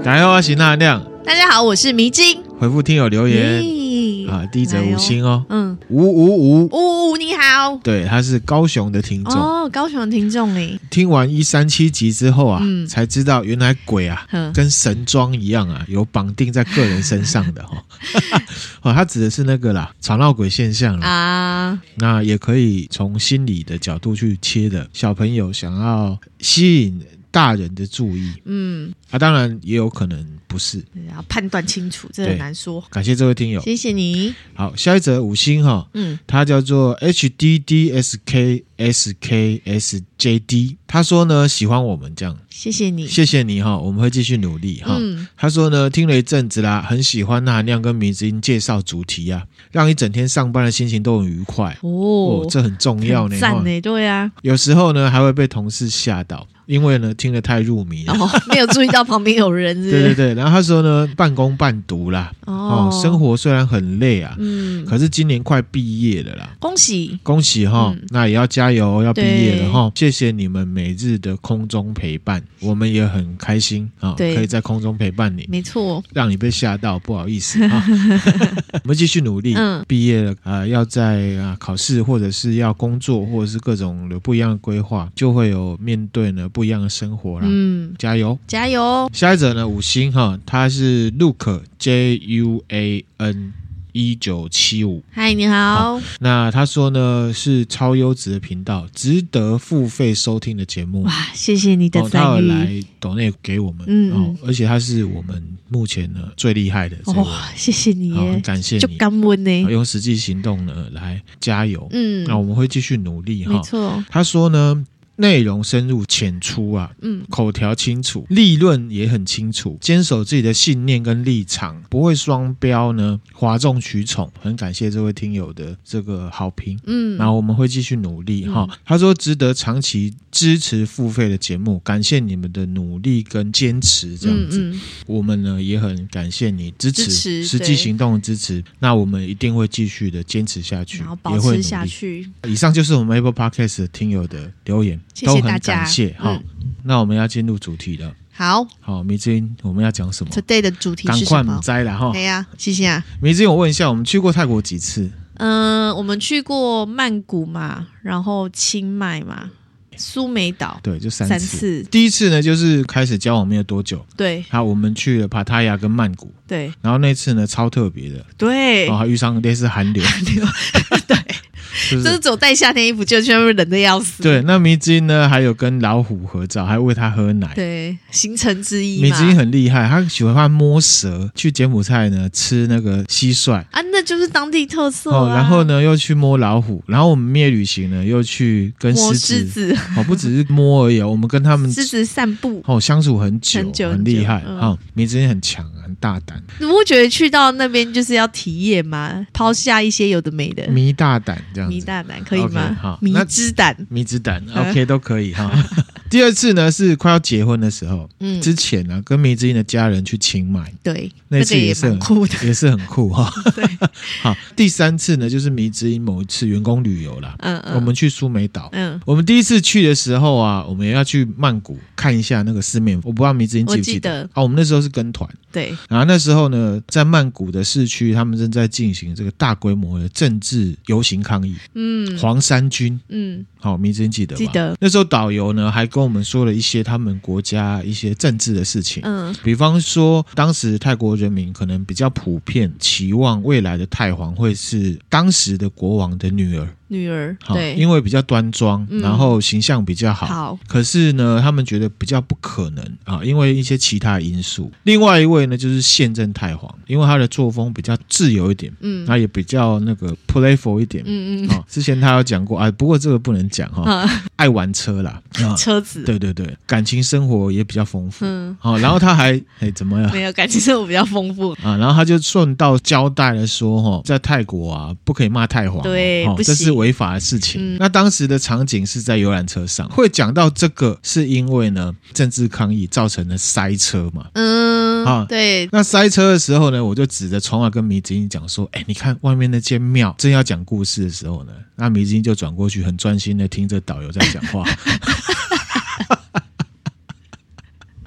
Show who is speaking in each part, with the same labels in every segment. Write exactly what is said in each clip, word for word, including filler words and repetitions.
Speaker 1: 大家好，我是那亮。
Speaker 2: 大家好，我是迷津。
Speaker 1: 回复听友留言、啊、第一则五星哦，
Speaker 2: 嗯，
Speaker 1: 五五五
Speaker 2: 五五你好，
Speaker 1: 对，他是高雄的听众
Speaker 2: 哦，高雄的听众哎，
Speaker 1: 听完一三七集之后啊、
Speaker 2: 嗯，
Speaker 1: 才知道原来鬼啊跟神装一样啊，有绑定在个人身上的哦。哦，他指的是那个啦，吵闹鬼现象啦啊，那也可以从心理的角度去切的。小朋友想要吸引大人的注意，嗯，啊，当然也有可能不是，
Speaker 2: 要判断清楚，这很难说。
Speaker 1: 感谢这位听友，
Speaker 2: 谢谢你。
Speaker 1: 好，下一则五星哈，嗯，他叫做 H D D S K S K S J D， 他说呢喜欢我们这样，
Speaker 2: 谢谢你，
Speaker 1: 谢谢你哈，我们会继续努力哈。嗯、他说呢听了一阵子啦，很喜欢那亮跟迷之音介绍主题啊，让一整天上班的心情都很愉快哦，哦这很重要呢，
Speaker 2: 赞呢，对啊，
Speaker 1: 有时候呢还会被同事吓到。因为呢听得太入迷了、
Speaker 2: 哦、没有注意到旁边有人是不是
Speaker 1: 对对对，然后他说呢半工半读啦 哦, 哦，生活虽然很累啊，嗯，可是今年快毕业了啦，
Speaker 2: 恭喜
Speaker 1: 恭喜哈、嗯，那也要加油，要毕业了哈，谢谢你们每日的空中陪伴，我们也很开心啊，可以在空中陪伴你，
Speaker 2: 没错，
Speaker 1: 让你被吓到不好意思啊，我们继续努力，嗯，毕业了啊、呃，要在啊考试或者是要工作或者是各种有不一样的规划，就会有面对呢不一样的生活啦，嗯，加油
Speaker 2: 加油。
Speaker 1: 下一则呢五星哈，他是 Luke J U A N一九七五，
Speaker 2: 嗨，你好。
Speaker 1: 那他说呢是超优质的频道，值得付费收听的节目。
Speaker 2: 哇，谢谢你的赞誉。
Speaker 1: 哦、他有来抖内给我们，嗯, 嗯、哦，而且他是我们目前呢最厉害的。哇、哦，
Speaker 2: 谢谢你耶，
Speaker 1: 哦、很感谢你，
Speaker 2: 就感恩呢，
Speaker 1: 用实际行动呢来加油。嗯，那我们会继续努力哈。
Speaker 2: 没错。
Speaker 1: 他说呢。内容深入浅出啊，嗯，口条清楚，立论也很清楚，坚守自己的信念跟立场，不会双标呢，哗众取宠。很感谢这位听友的这个好评，嗯，然后我们会继续努力哈、嗯。他说值得长期支持付费的节目，感谢你们的努力跟坚持，这样子，嗯嗯、我们呢也很感谢你支持，支持实际行动的支持。那我们一定会继续的坚持下去，
Speaker 2: 然后保持下去。
Speaker 1: 以上就是我们 Apple Podcast 的听友的留言。
Speaker 2: 谢谢大家，
Speaker 1: 都很感谢、嗯、那我们要进入主题了。
Speaker 2: 好
Speaker 1: 好，迷之音我们要讲什么
Speaker 2: ？Today 的主题是什么？
Speaker 1: 赶快摘了哈。
Speaker 2: 对呀、啊，谢谢啊。
Speaker 1: 迷之音，我问一下，我们去过泰国几次？
Speaker 2: 嗯、呃，我们去过曼谷嘛，然后清迈嘛，苏梅岛，
Speaker 1: 对，就三次。
Speaker 2: 三次。
Speaker 1: 第一次呢，就是开始交往没有多久，
Speaker 2: 对。
Speaker 1: 好，我们去了帕塔亚跟曼谷，
Speaker 2: 对。
Speaker 1: 然后那次呢，超特别的，
Speaker 2: 对，
Speaker 1: 哦，还遇上类似寒流，
Speaker 2: 寒流，对。就是只有带夏天衣服，就全部冷的要死。
Speaker 1: 对，那迷之音呢，还有跟老虎合照，还喂他喝奶。
Speaker 2: 对，行程之一嘛。
Speaker 1: 迷之音很厉害，他喜欢摸蛇，去柬埔寨呢吃那个蟋蟀
Speaker 2: 啊，那就是当地特色、啊
Speaker 1: 哦。然后呢，又去摸老虎，然后我们蜜月旅行呢，又去跟狮子，
Speaker 2: 狮子
Speaker 1: 哦，不只是摸而已，我们跟他们
Speaker 2: 狮子散步，
Speaker 1: 哦，相处很久，
Speaker 2: 很久
Speaker 1: 很厉害。
Speaker 2: 嗯、
Speaker 1: 哦，迷之音很强，很大胆。
Speaker 2: 你不觉得去到那边就是要体验吗？抛下一些有的没的，
Speaker 1: 迷大胆这样子，
Speaker 2: 迷大胆可以。
Speaker 1: Okay, 好，
Speaker 2: 迷之胆，
Speaker 1: 迷之胆 ，OK 都可以哈。第二次呢是快要结婚的时候，嗯，之前呢跟迷之音的家人去清迈，
Speaker 2: 对，
Speaker 1: 那次也是很、
Speaker 2: 那个、也蛮酷的，
Speaker 1: 也是很酷哈。
Speaker 2: 对，
Speaker 1: 好，第三次呢就是迷之音某一次员工旅游啦，嗯嗯，我们去苏梅岛，嗯，我们第一次去的时候啊，我们也要去曼谷看一下那个四面，我不知道迷之音记不记得？啊、哦，我们那时候是跟团，
Speaker 2: 对，
Speaker 1: 然后那时候呢，在曼谷的市区，他们正在进行这个大规模的政治游行抗议，嗯，黄衫军，嗯，好，迷之音记得吧？
Speaker 2: 记得。
Speaker 1: 那时候导游呢还跟我们说了一些他们国家一些政治的事情，嗯，比方说当时泰国人民可能比较普遍期望未来的泰皇会是当时的国王的女儿。
Speaker 2: 女儿，对，
Speaker 1: 因为比较端庄、嗯，然后形象比较好。
Speaker 2: 好，
Speaker 1: 可是呢，他们觉得比较不可能啊，因为一些其他因素。另外一位呢，就是现任太皇，因为他的作风比较自由一点，嗯，他也比较那个 playful 一点，嗯嗯。啊，之前他有讲过啊，不过这个不能讲哈、啊，爱玩车啦，啊、
Speaker 2: 车子，
Speaker 1: 对对对，感情生活也比较丰富，嗯，好、啊，然后他还哎怎么样？
Speaker 2: 没有感情生活比较丰富
Speaker 1: 啊，然后他就顺道交代了说哈，在泰国啊，不可以骂太皇，
Speaker 2: 对，
Speaker 1: 哦、
Speaker 2: 不行。
Speaker 1: 这是违法的事情、嗯、那当时的场景是在游览车上，会讲到这个是因为呢政治抗议造成了塞车嘛，
Speaker 2: 嗯，啊，对，
Speaker 1: 那塞车的时候呢，我就指着窗外跟迷之音讲说，哎，你看外面那间庙，正要讲故事的时候呢，那迷之音就转过去很专心的听着导游在讲话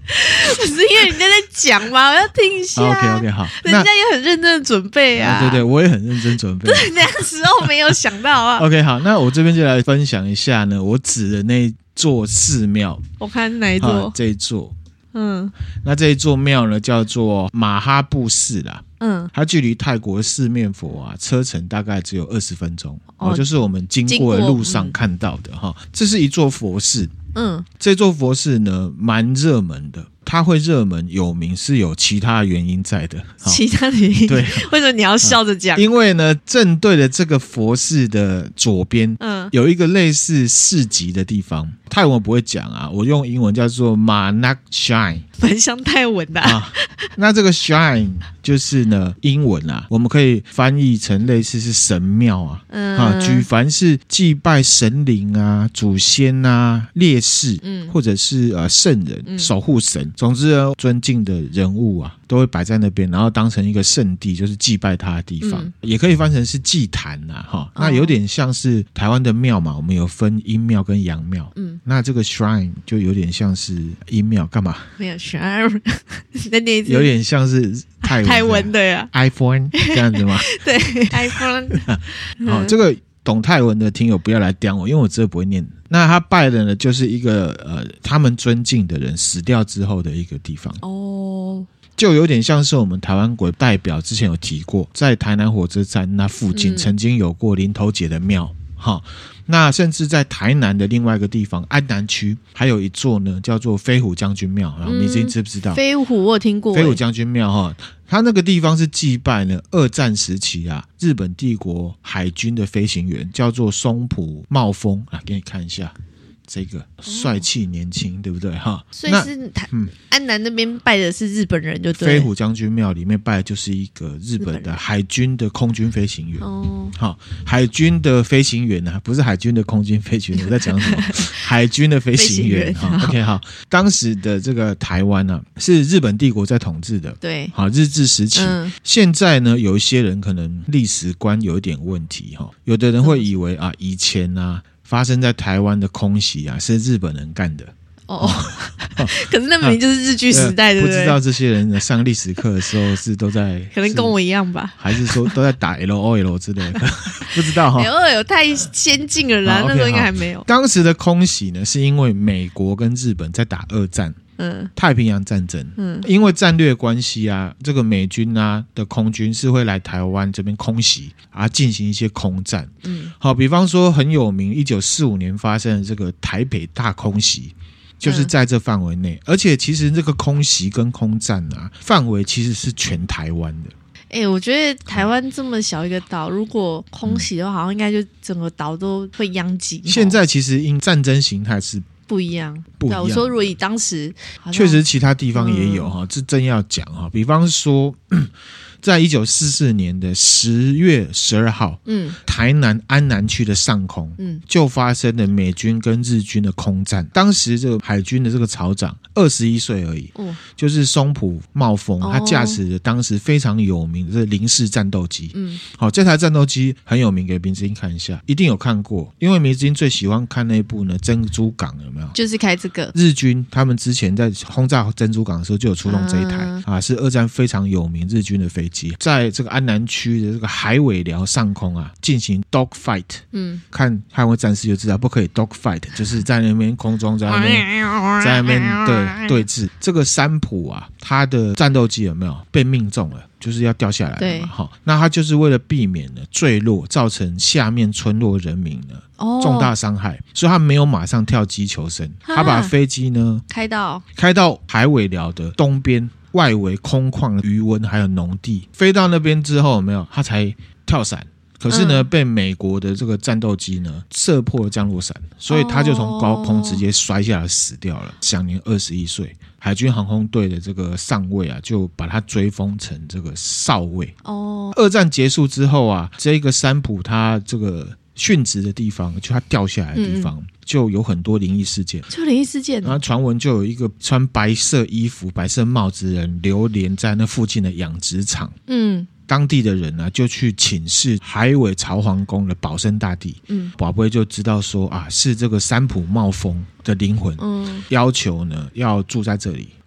Speaker 2: 不是因为人家在讲嘛，我要听一下。
Speaker 1: OK OK 好，
Speaker 2: 人家也很认真的准备啊。
Speaker 1: 对对，我也很认真准备。
Speaker 2: 对，那时候没有想到啊。
Speaker 1: OK 好，那我这边就来分享一下呢，我指的那座寺庙。
Speaker 2: 我看哪一座？
Speaker 1: 这一座。
Speaker 2: 嗯，
Speaker 1: 那这一座庙呢，叫做马哈布寺啦。
Speaker 2: 嗯，
Speaker 1: 它距离泰国四面佛啊，车程大概只有二十分钟。哦，就是我们经过的路上看到的哈。嗯，这是一座佛寺。嗯，这座佛寺呢，蛮热门的。它会热门有名是有其他原因在的。
Speaker 2: 其他原因？对，为什么你要笑着讲？
Speaker 1: 因为呢，正对的这个佛寺的左边，嗯，有一个类似市集的地方。泰文不会讲啊，我用英文叫做 Manak Shrine，
Speaker 2: 蛮像泰文的 啊,
Speaker 1: 啊。那这个 Shrine 就是呢英文啊，我们可以翻译成类似是神庙啊。嗯，啊，举凡是祭拜神灵啊、祖先啊、烈士，嗯，或者是呃圣人、嗯、守护神。总之呢，尊敬的人物啊，都会摆在那边，然后当成一个圣地，就是祭拜他的地方，嗯、也可以翻成是祭坛呐，哈。那有点像是台湾的庙嘛，我们有分阴庙跟阳庙，嗯，那这个 shrine 就有点像是阴庙，干嘛？
Speaker 2: 没有 shrine， 那那
Speaker 1: 有点像是泰文，
Speaker 2: 泰文的呀
Speaker 1: ，iPhone 这样子吗？
Speaker 2: 对 ，iPhone。
Speaker 1: 好，这个懂泰文的听友不要来刁我，因为我真的不会念。那他拜的呢，就是一个呃，他们尊敬的人死掉之后的一个地方哦，就有点像是我们台湾国代表之前有提过，在台南火车站那附近曾经有过林头姐的庙，哈、嗯。那甚至在台南的另外一个地方安南区，还有一座呢，叫做飞虎将军庙。然后你知不知道？
Speaker 2: 飞虎我有听过。
Speaker 1: 飞虎将军庙哈，它那个地方是祭拜呢二战时期啊日本帝国海军的飞行员，叫做松浦茂丰啊，给你看一下。这个帅气年轻、哦、对不对哈？
Speaker 2: 所以是台、嗯、安南那边拜的是日本人就对。
Speaker 1: 飞虎将军庙里面拜的就是一个日本的海军的空军飞行员哦。好，海军的飞行员啊，不是海军的空军飞行员。我在讲什么？海军的飞行员。好 ，OK 好。当时的这个台湾啊，是日本帝国在统治的。
Speaker 2: 对。
Speaker 1: 好，日治时期。嗯、现在呢，有一些人可能历史观有一点问题哈，有的人会以为啊，以前啊。发生在台湾的空袭啊，是日本人干的
Speaker 2: 哦。可是那明明就是日据时代，对不对？
Speaker 1: 不知道这些人上历史课的时候是都在，
Speaker 2: 可能跟我一样吧，
Speaker 1: 还是说都在打 L O L 之类的？不知道哈。
Speaker 2: L O L 太先进了啦，那时候应该还没有。
Speaker 1: 当时的空袭呢，是因为美国跟日本在打二战。嗯，太平洋战争，嗯，因为战略关系啊，这个美军啊的空军是会来台湾这边空袭啊，进行一些空战，嗯，好，比方说很有名，一九四五年发生的这个台北大空袭，就是在这范围内，嗯、而且其实这个空袭跟空战啊，范围其实是全台湾的。
Speaker 2: 哎、欸，我觉得台湾这么小一个岛，如果空袭的话，好像应该就整个岛都会殃及。
Speaker 1: 现在其实因战争形态是。
Speaker 2: 不一样，
Speaker 1: 不一样。
Speaker 2: 我说，如果以当时，
Speaker 1: 确实其他地方也有哈，这、嗯、真要讲哈。比方说，在一九四四年的十月十二号，嗯，台南安南区的上空，嗯，就发生了美军跟日军的空战。当时这个海军的这个曹长二十一岁而已，哦，就是松浦茂丰，他驾驶的当时非常有名的这零式战斗机，嗯，好，这台战斗机很有名，给明子英看一下，一定有看过，因为明子英最喜欢看那部呢《珍珠港》，有没有？
Speaker 2: 就是开这个
Speaker 1: 日军他们之前在轰炸珍珠港的时候就有出动这一台、啊啊、是二战非常有名日军的飞机，在这个安南区的这个海尾寮上空啊进行 dog fight， 嗯，看捍卫战士就知道不可以 dog fight， 就是在那边空中在那边在那边对对峙。这个山浦啊，他的战斗机有没有被命中了？就是要掉下来了嘛，好，那他就是为了避免呢坠落，造成下面村落人民呢、哦、重大伤害，所以他没有马上跳机求生，他把飞机呢
Speaker 2: 开到
Speaker 1: 开到海尾寮的东边，外围空旷余温还有农地，飞到那边之后有没有，他才跳伞。可是呢、嗯、被美国的这个战斗机呢射破了降落伞，所以他就从高空直接摔下来死掉了，享年二十一岁。海军航空队的这个上尉啊，就把他追封成这个少尉。哦，二战结束之后啊，这个山浦他这个殉职的地方，就他掉下来的地方、嗯、就有很多灵异事件，
Speaker 2: 就灵异事件。
Speaker 1: 然后传闻就有一个穿白色衣服、白色帽子的人流连在那附近的养殖场。嗯。当地的人呢、啊，就去请示海尾朝皇宫的保生大帝，嗯，宝贝就知道说啊，是这个山浦茂丰的灵魂，嗯，要求呢要住在这里。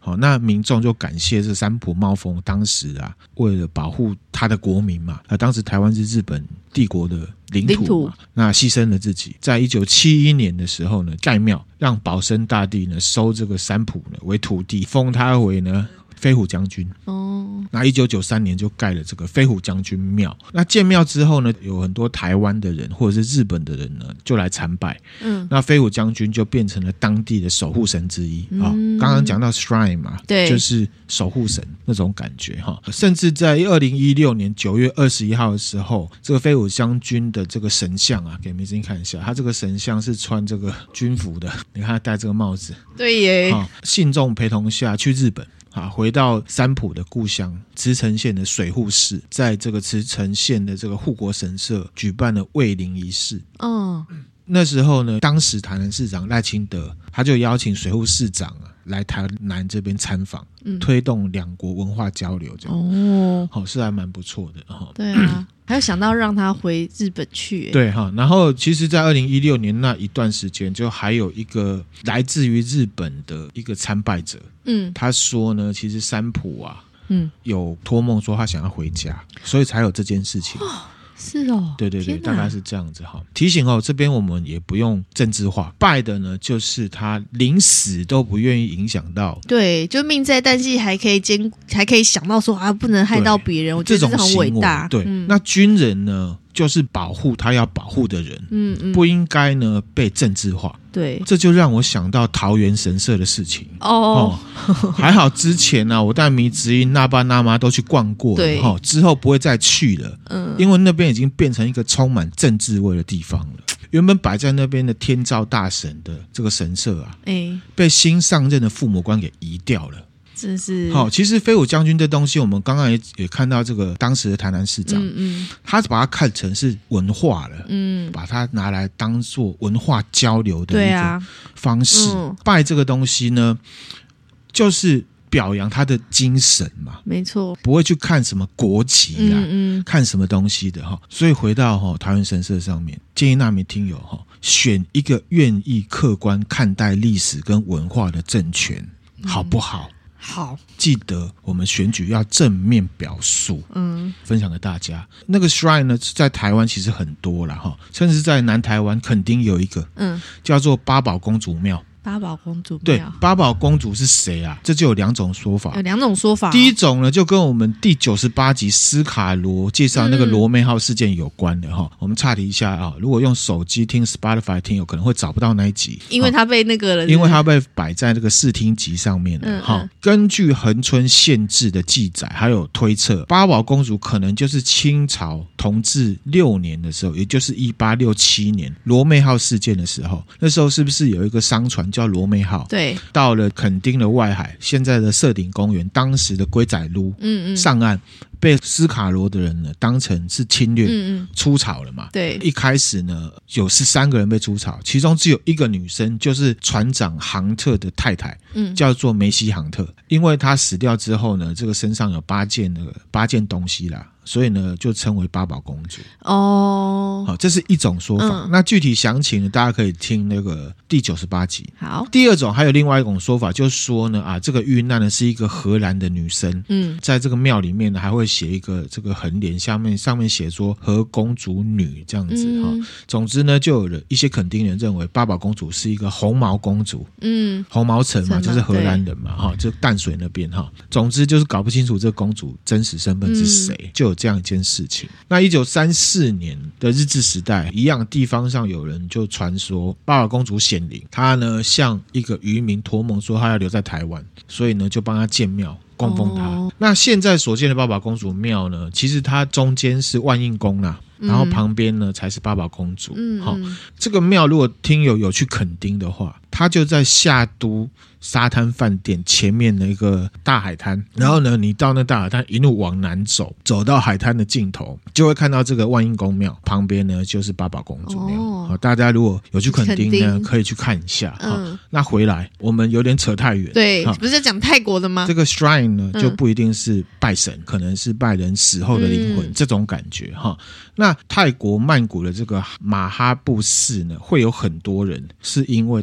Speaker 1: 好，那民众就感谢这三浦茂丰当时啊，为了保护他的国民嘛，啊，当时台湾是日本帝国的领土嘛，领土那牺牲了自己，在一九七一年的时候呢，盖庙让保生大帝呢收这个三浦呢为徒弟，封他为呢飞虎将军。哦，那一九九三年就盖了这个飞虎将军庙。那建庙之后呢，有很多台湾的人或者是日本的人呢，就来参拜。嗯，那飞虎将军就变成了当地的守护神之一。啊、嗯，刚刚讲到 shrine 嘛，对，就是守护神那种感觉哈。甚至在二零一六年九月二十一号的时候，这个飞虎将军的这个神像啊，给明星看一下，他这个神像是穿这个军服的，你看他戴这个帽子。
Speaker 2: 对耶。啊，
Speaker 1: 信众陪同下去日本。啊，回到三浦的故乡茨城县的水户市，在这个茨城县的这个护国神社举办了慰灵仪式。嗯，那时候呢，当时台南市长赖清德他就邀请水户市长啊来台南这边参访，嗯，推动两国文化交流这样。哦，好，是还蛮不错的哈。
Speaker 2: 对啊。还有想到让他回日本去。
Speaker 1: 对哈，然后其实在二零一六年那一段时间，就还有一个来自于日本的一个参拜者，嗯，他说呢，其实三浦啊，嗯，有托梦说他想要回家，所以才有这件事情。哦，
Speaker 2: 是哦，
Speaker 1: 对对对，大概是这样子哈。提醒哦，这边我们也不用政治化，拜的呢就是他临死都不愿意影响到，
Speaker 2: 对，就命在旦夕还可以兼还可以想到说啊，不能害到别人，我觉得这是很伟大。
Speaker 1: 对，嗯，那军人呢？就是保护他要保护的人，嗯嗯，不应该呢被政治化。
Speaker 2: 对，
Speaker 1: 这就让我想到桃园神社的事情。哦，哦还好之前呢、啊，我带迷之音、那爸那妈都去逛过了，对，哦，之后不会再去了。嗯，因为那边已经变成一个充满政治味的地方了。原本摆在那边的天照大神的这个神社啊，欸，被新上任的父母官给移掉了。
Speaker 2: 真是
Speaker 1: 好，其实飞虎将军这东西，我们刚刚 也, 也看到这个当时的台南市长，嗯嗯，他把它看成是文化了，嗯，把它拿来当做文化交流的一个方式。啊嗯、拜这个东西呢，就是表扬他的精神嘛，
Speaker 2: 没错，
Speaker 1: 不会去看什么国旗啊，嗯嗯，看什么东西的哈。所以回到哈桃园神社上面，建议那名听友哈选一个愿意客观看待历史跟文化的政权，嗯、好不好？
Speaker 2: 好，
Speaker 1: 记得我们选举要正面表述，嗯，分享给大家。那个 shrine 呢，在台湾其实很多啦齁，甚至在南台湾垦丁有一个，嗯，叫做八宝公主庙。
Speaker 2: 八宝公主庙，
Speaker 1: 对，八宝公主是谁啊？这就有两种说法，
Speaker 2: 有两种说法。
Speaker 1: 第一种呢，就跟我们第九十八集斯卡罗介绍那个罗妹号事件有关的哈、嗯。我们岔题一下啊，如果用手机听 Spotify 听，有可能会找不到那一集，
Speaker 2: 因为它被那个了是不是，
Speaker 1: 因为它被摆在那个试听集上面了哈、嗯嗯。根据恒春县志的记载，还有推测，八宝公主可能就是清朝同治六年的时候，也就是一八六七年罗妹号事件的时候，那时候是不是有一个商船叫罗妹号，
Speaker 2: 对，
Speaker 1: 到了垦丁的外海，现在的社顶公园，当时的龟仔撸，嗯嗯，上岸被斯卡罗的人呢当成是侵略，嗯嗯，出草了嘛，
Speaker 2: 对，
Speaker 1: 一开始呢有十三个人被出草，其中只有一个女生，就是船长杭特的太太，嗯，叫做梅西杭特，因为她死掉之后呢，这个身上有八件那个八件东西啦。所以呢，就称为八宝公主哦。好，这是一种说法。嗯、那具体详情呢，大家可以听那个第九十八集。
Speaker 2: 好，
Speaker 1: 第二种还有另外一种说法，就是说呢，啊，这个遇难的是一个荷兰的女生。嗯，在这个庙里面呢，还会写一个这个横联，下面上面写说何公主女这样子哈、嗯。总之呢，就有了一些垦丁人认为八宝公主是一个红毛公主。嗯，红毛城嘛，就是荷兰人嘛，哈，就淡水那边哈。总之就是搞不清楚这个公主真实身份是谁，嗯、就有这样一件事情。那一九三四年的日治时代，一样地方上有人就传说八宝公主显灵，她呢向一个渔民托梦说她要留在台湾，所以呢就帮她建庙供奉她。哦、那现在所见的八宝公主庙呢，其实它中间是万应宫啦。然后旁边呢才是八宝公主。嗯，好、哦，这个庙如果听友有去垦丁的话，它就在夏都沙滩饭店前面的一个大海滩。然后呢，你到那大海滩一路往南走，走到海滩的尽头，就会看到这个万应公庙，旁边呢就是八宝公主庙。哦，好，大家如果有去垦丁呢，垦丁可以去看一下。嗯，那回来我们有点扯太远。
Speaker 2: 对，不是在讲泰国的吗？
Speaker 1: 这个 shrine 呢，就不一定是拜神，嗯、可能是拜人死后的灵魂，嗯、这种感觉哈。那泰国曼谷的这个马哈布寺呢，会有很多人是因为大家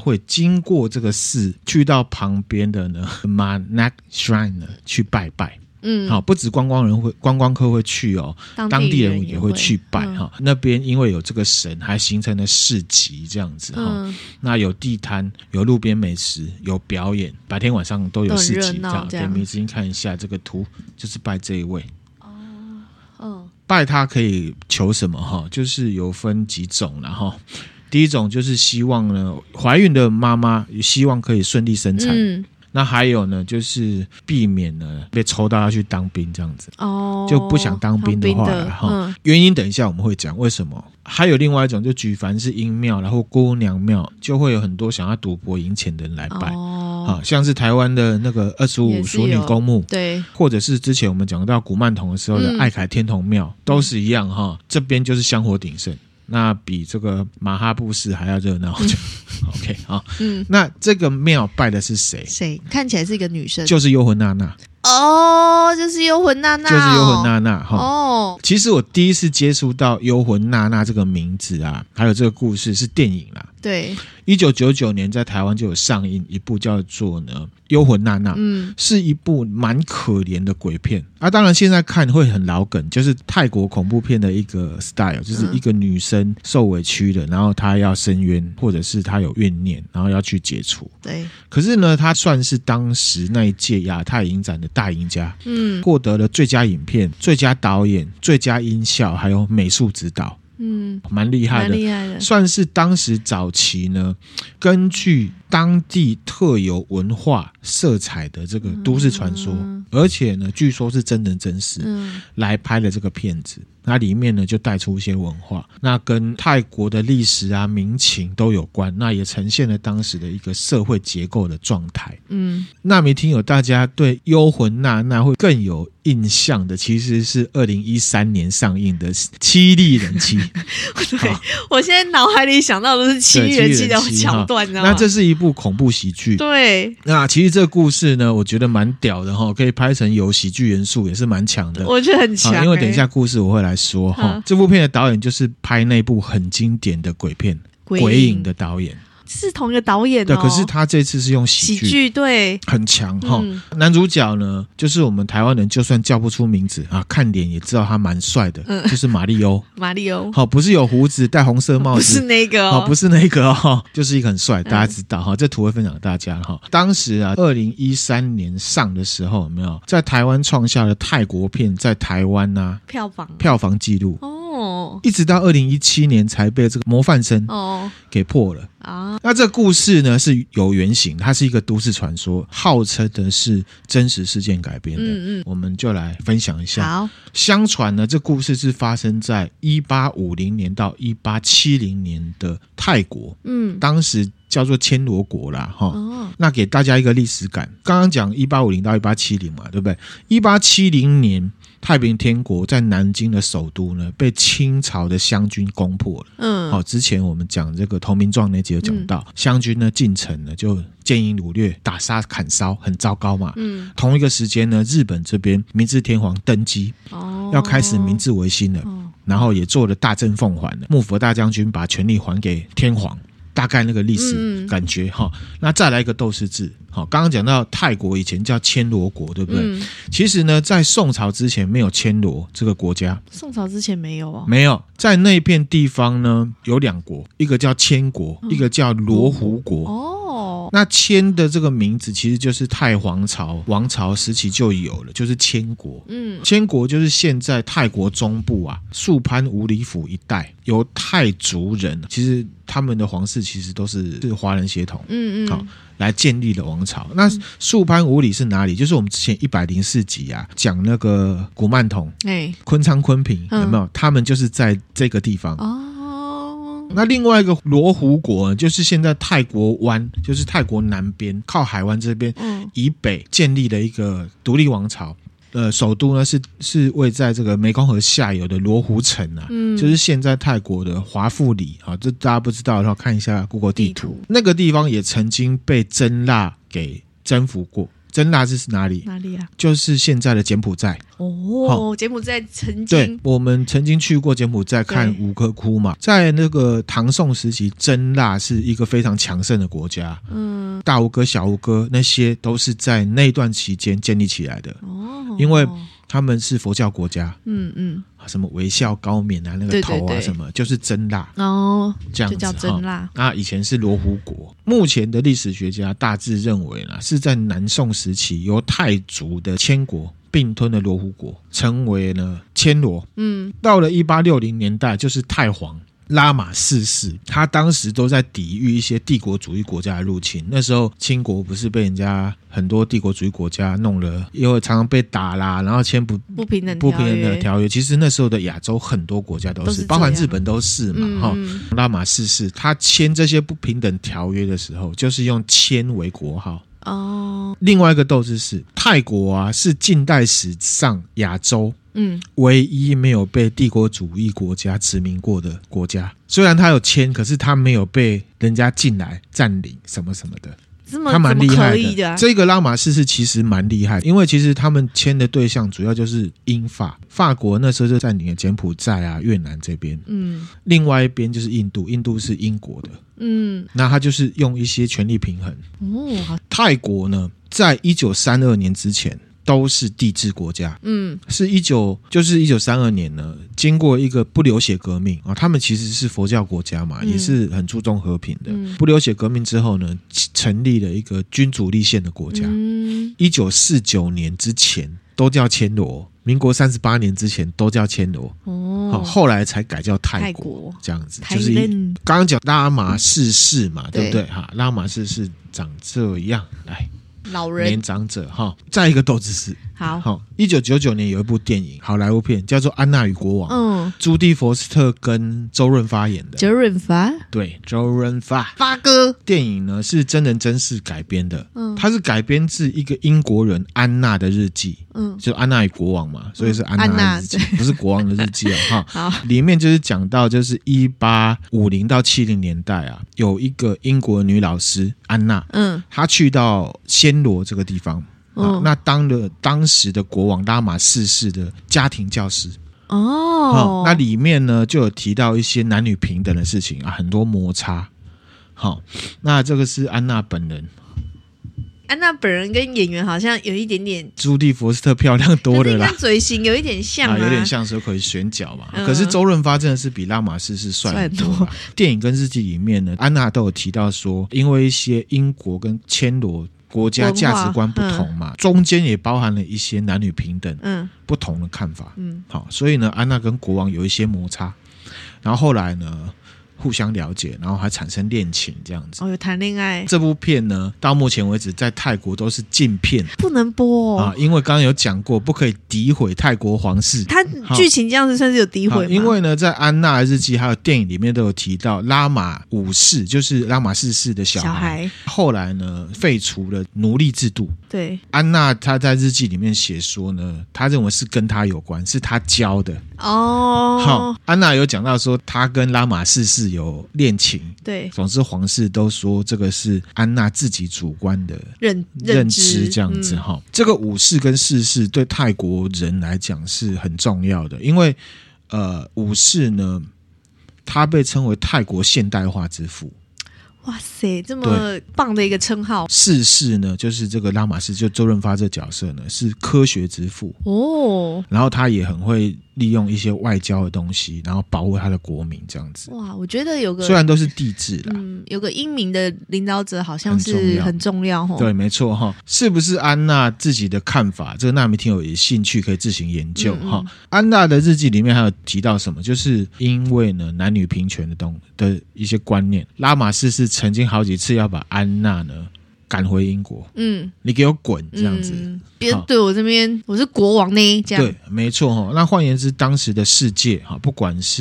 Speaker 1: 会经过这个寺，去到旁边的呢 Manak Shrine 呢去拜拜。嗯，好，不止观光人会，观光客会去哦，当地人也会去拜哈、嗯。那边因为有这个神，还形成了市集这样子哈、嗯。那有地摊，有路边美食，有表演，白天晚上都有市集这样。给迷之音看一下这个图，就是拜这一位。哦，嗯，拜他可以求什么哈？就是有分几种啦哈。第一种就是希望呢，怀孕的妈妈希望可以顺利生产。嗯，那还有呢，就是避免呢被抽到要去当兵这样子哦，就不想当兵的话的、嗯、原因等一下我们会讲为什么。还有另外一种，就举凡是阴庙然后姑娘庙，就会有很多想要赌博赢钱的人来拜哦，啊，像是台湾的那个二十五淑女公墓，对，或者是之前我们讲到古曼童的时候的爱凯天童庙、嗯、都是一样哈，这边就是香火鼎盛。那比这个马哈布寺还要热闹、嗯、OK 好，嗯，那这个庙拜的是谁？谁？看起来是一个女生，就是幽魂娜娜哦，就是幽魂娜娜、哦，就是幽魂娜娜哈。哦，其实我第一次接触到幽魂娜娜这个名字啊，还有这个故事是电影啦。对，一九九九年在台湾就有上映一部叫做呢《幽魂娜娜》，嗯，是一部蛮可怜的鬼片啊。当然现在看会很老梗，就是泰国恐怖片的一个 style， 就是一个女生受委屈了，然后她要申冤，或者是她有怨念，然后要去解除。对，可是呢，她算是当时那一届亚太影展的大赢家，嗯，获得了最佳影片、最佳导演、最佳音效，还有美术指导。嗯，蛮厉害的，蛮厉害的，算是当时早期呢，根据当地特有文化色彩的这个都市传说，嗯、而且呢，据说是真人真事、嗯、来拍的这个片子。那里面呢就带出一些文化，那跟泰国的历史啊民情都有关，那也呈现了当时的一个社会结构的状态。嗯，那没听友大家对幽魂娜娜会更有印象的，其实是二零一三年上映的《七力人妻》对，我现在脑海里想到的是七力人妻的桥段，那这是一部恐怖喜剧。对，那其实这个故事呢，我觉得蛮屌的哈，可以拍成有喜剧元素，也是蛮强的。我觉得很强、欸，因为等一下故事我会来说哈，这部片的导演就是拍那部很经典的鬼片《鬼影》的导演。是同一个导演哦，对，可是他这次是用喜剧，喜剧对，很强哈、嗯。男主角呢，就是我们台湾人就算叫不出名字啊，看脸也知道他蛮帅的、嗯，就是马力欧。马力欧，好，不是有胡子、戴红色帽子，不是那个哦，不是那个哦，就是一个很帅，大家知道哈、嗯。这图会分享给大家哈。当时啊，二零一三年上的时候，有没有在台湾创下了泰国片在台湾啊票房票房纪录哦。哦，一直到二零一七年才被这个模范生哦给破了啊。那这个故事呢是有原型，它是一个都市传说，号称的是真实事件改编的。嗯嗯，我们就来分享一下。好，相传呢，这故事是发生在一八五零年到一八七零年的泰国。嗯，当时叫做暹罗国啦，哈、哦。那给大家一个历史感，刚刚讲一八五零到一八七零嘛，对不对？一八七零年。太平天国在南京的首都呢，被清朝的湘军攻破了。嗯，好、哦，之前我们讲这个投名状那集有讲到，嗯、湘军呢进城呢就奸淫掳掠、打杀砍烧，很糟糕嘛。嗯，同一个时间呢，日本这边明治天皇登基，哦，要开始明治维新了，哦、然后也做了大政奉还了，幕府大将军把权力还给天皇。大概那个历史感觉哈、嗯，那再来一个斗士制。好，刚刚讲到泰国以前叫暹罗国，对不对？嗯、其实呢，在宋朝之前没有暹罗这个国家。宋朝之前没有哦，没有。在那片地方呢，有两国，一个叫暹国，嗯、一个叫罗湖国。哦，那暹的这个名字其实就是太皇朝王朝时期就有了，就是暹国。嗯，暹国就是现在泰国中部啊，素攀五里府一带，由泰族人，其实他们的皇室其实都是是华人血统。嗯嗯，好。来建立了王朝。那素攀五里是哪里？就是我们之前一百零四集啊讲那个古曼童、欸、昆昌昆平有没有、嗯、他们就是在这个地方哦。那另外一个罗湖国就是现在泰国湾，就是泰国南边靠海湾这边、嗯、以北建立了一个独立王朝。呃，首都呢是是位在这个湄公河下游的罗湖城啊、嗯，就是现在泰国的华富里啊，这大家不知道的话，看一下 Google 地图，地图那个地方也曾经被真腊给征服过。 真腊是哪里？
Speaker 2: 哪里啊？
Speaker 1: 就是现在的柬埔寨。
Speaker 2: 哦，柬埔寨曾经，
Speaker 1: 对，我们曾经去过柬埔寨看吴哥窟嘛，在那个唐宋时期，真腊是一个非常强盛的国家。嗯，大吴哥、小吴哥那些都是在那段期间建立起来的。哦，因为他们是佛教国家。嗯嗯，什么微笑高冕啊，那个头啊，对对对，什么就是真腊。哦，这样子就叫真腊。那以前是罗湖国，目前的历史学家大致认为啦，是在南宋时期由太祖的迁国并吞了罗湖国，成为了暹罗。嗯，到了一八六零年代，就是太皇拉玛四世，他当时都在抵御一些帝国主义国家的入侵。那时候清国不是被人家很多帝国主义国家弄了，因为常常被打啦，然后签不
Speaker 2: 不平等
Speaker 1: 不平等的条约。其实那时候的亚洲很多国家都是，都是包含日本都是嘛。嗯、拉玛四世他签这些不平等条约的时候，就是用签为国号。哦，另外一个斗志是泰国啊，是近代史上亚洲嗯唯一没有被帝国主义国家殖民过的国家。虽然他有签，可是他没有被人家进来占领什么什么的。他蛮厉害 的, 的、啊、这个拉玛四世其实蛮厉害，因为其实他们签的对象主要就是英法，法国那时候就占领了柬埔寨啊、越南这边，嗯，另外一边就是印度，印度是英国的，嗯，那他就是用一些权力平衡。哦，泰国呢，在一九三二年之前都是帝制国家，嗯，是一九就是一九三二年呢，经过一个不流血革命啊，他们其实是佛教国家嘛，嗯、也是很注重和平的。嗯、不流血革命之后呢，成立了一个君主立宪的国家。一九四九年之前都叫暹罗，民国三十八年之前都叫暹罗。哦，好，后来才改叫泰国，泰国这样子，就是刚刚讲拉玛四世嘛，对不对？哈，拉玛四世长这样，来。
Speaker 2: 老人
Speaker 1: 年长者哈，再一个斗志是
Speaker 2: 好
Speaker 1: 好。一九九九年有一部电影，好莱坞片叫做《安娜与国王》，嗯，朱蒂佛斯特跟周润发演的。
Speaker 2: 周润发
Speaker 1: 对，周润发
Speaker 2: 发哥。
Speaker 1: 电影呢是真人真事改编的，嗯，它是改编自一个英国人安娜的日记，嗯，就安娜与国王嘛，所以是安娜的日记，嗯、不是国王的日记啊哈。好，里面就是讲到就是一八五零到七零年代啊，有一个英国女老师安娜，嗯，她去到暹罗这个地方。哦、那当了当时的国王拉玛四世的家庭教师。哦、哦，那里面呢就有提到一些男女平等的事情啊，很多摩擦。好，那这个是安娜本人。
Speaker 2: 安娜本人跟演员好像有一点点，
Speaker 1: 朱蒂佛斯特漂亮多了啦，
Speaker 2: 跟嘴型有一点像 啊,
Speaker 1: 啊，有点像是可以选角嘛。嗯、可是周润发真的是比拉玛四世帅很多。电影跟日记里面呢，安娜都有提到说，因为一些英国跟暹罗国家价值观不同嘛，嗯、中间也包含了一些男女平等，嗯，不同的看法，嗯，好，所以呢，安娜跟国王有一些摩擦，然后后来呢，互相了解，然后还产生恋情这样子。
Speaker 2: 哦，有谈恋爱。
Speaker 1: 这部片呢，到目前为止在泰国都是禁片，
Speaker 2: 不能播、哦、
Speaker 1: 啊，因为刚刚有讲过，不可以诋毁泰国皇室。
Speaker 2: 他剧情这样子算是有诋毁吗？
Speaker 1: 因为呢，在安娜的日记还有电影里面都有提到，拉玛五世就是拉玛四世的小孩，小孩后来呢废除了奴隶制度。
Speaker 2: 对，
Speaker 1: 安娜她在日记里面写说呢，她认为是跟她有关，是她教的。哦，好，安娜有讲到说，她跟拉玛四世有恋情。
Speaker 2: 对，
Speaker 1: 总之皇室都说这个是安娜自己主观的
Speaker 2: 认
Speaker 1: 认知这样子哈、嗯。这个五世跟四世对泰国人来讲是很重要的，因为呃五世呢，他被称为泰国现代化之父。
Speaker 2: 哇塞，这么棒的一个称号。
Speaker 1: 四世呢，就是这个拉玛四，就周润发这角色呢，是科学之父哦。然后他也很会利用一些外交的东西，然后保护他的国民这样子。
Speaker 2: 哇，我觉得有个
Speaker 1: 虽然都是帝制啦，
Speaker 2: 嗯，有个英明的领导者好像是很重要哦。
Speaker 1: 对，没错哈。是不是安娜自己的看法？这个纳米听友有兴趣可以自行研究哈、嗯嗯。安娜的日记里面还有提到什么？就是因为呢男女平权的东的一些观念，拉玛四世曾经好几次要把安娜呢赶回英国，嗯，你给我滚这样子，
Speaker 2: 别、嗯、对我这边我是国王呢，这样
Speaker 1: 对，没错哈。那换言之，当时的世界哈，不管是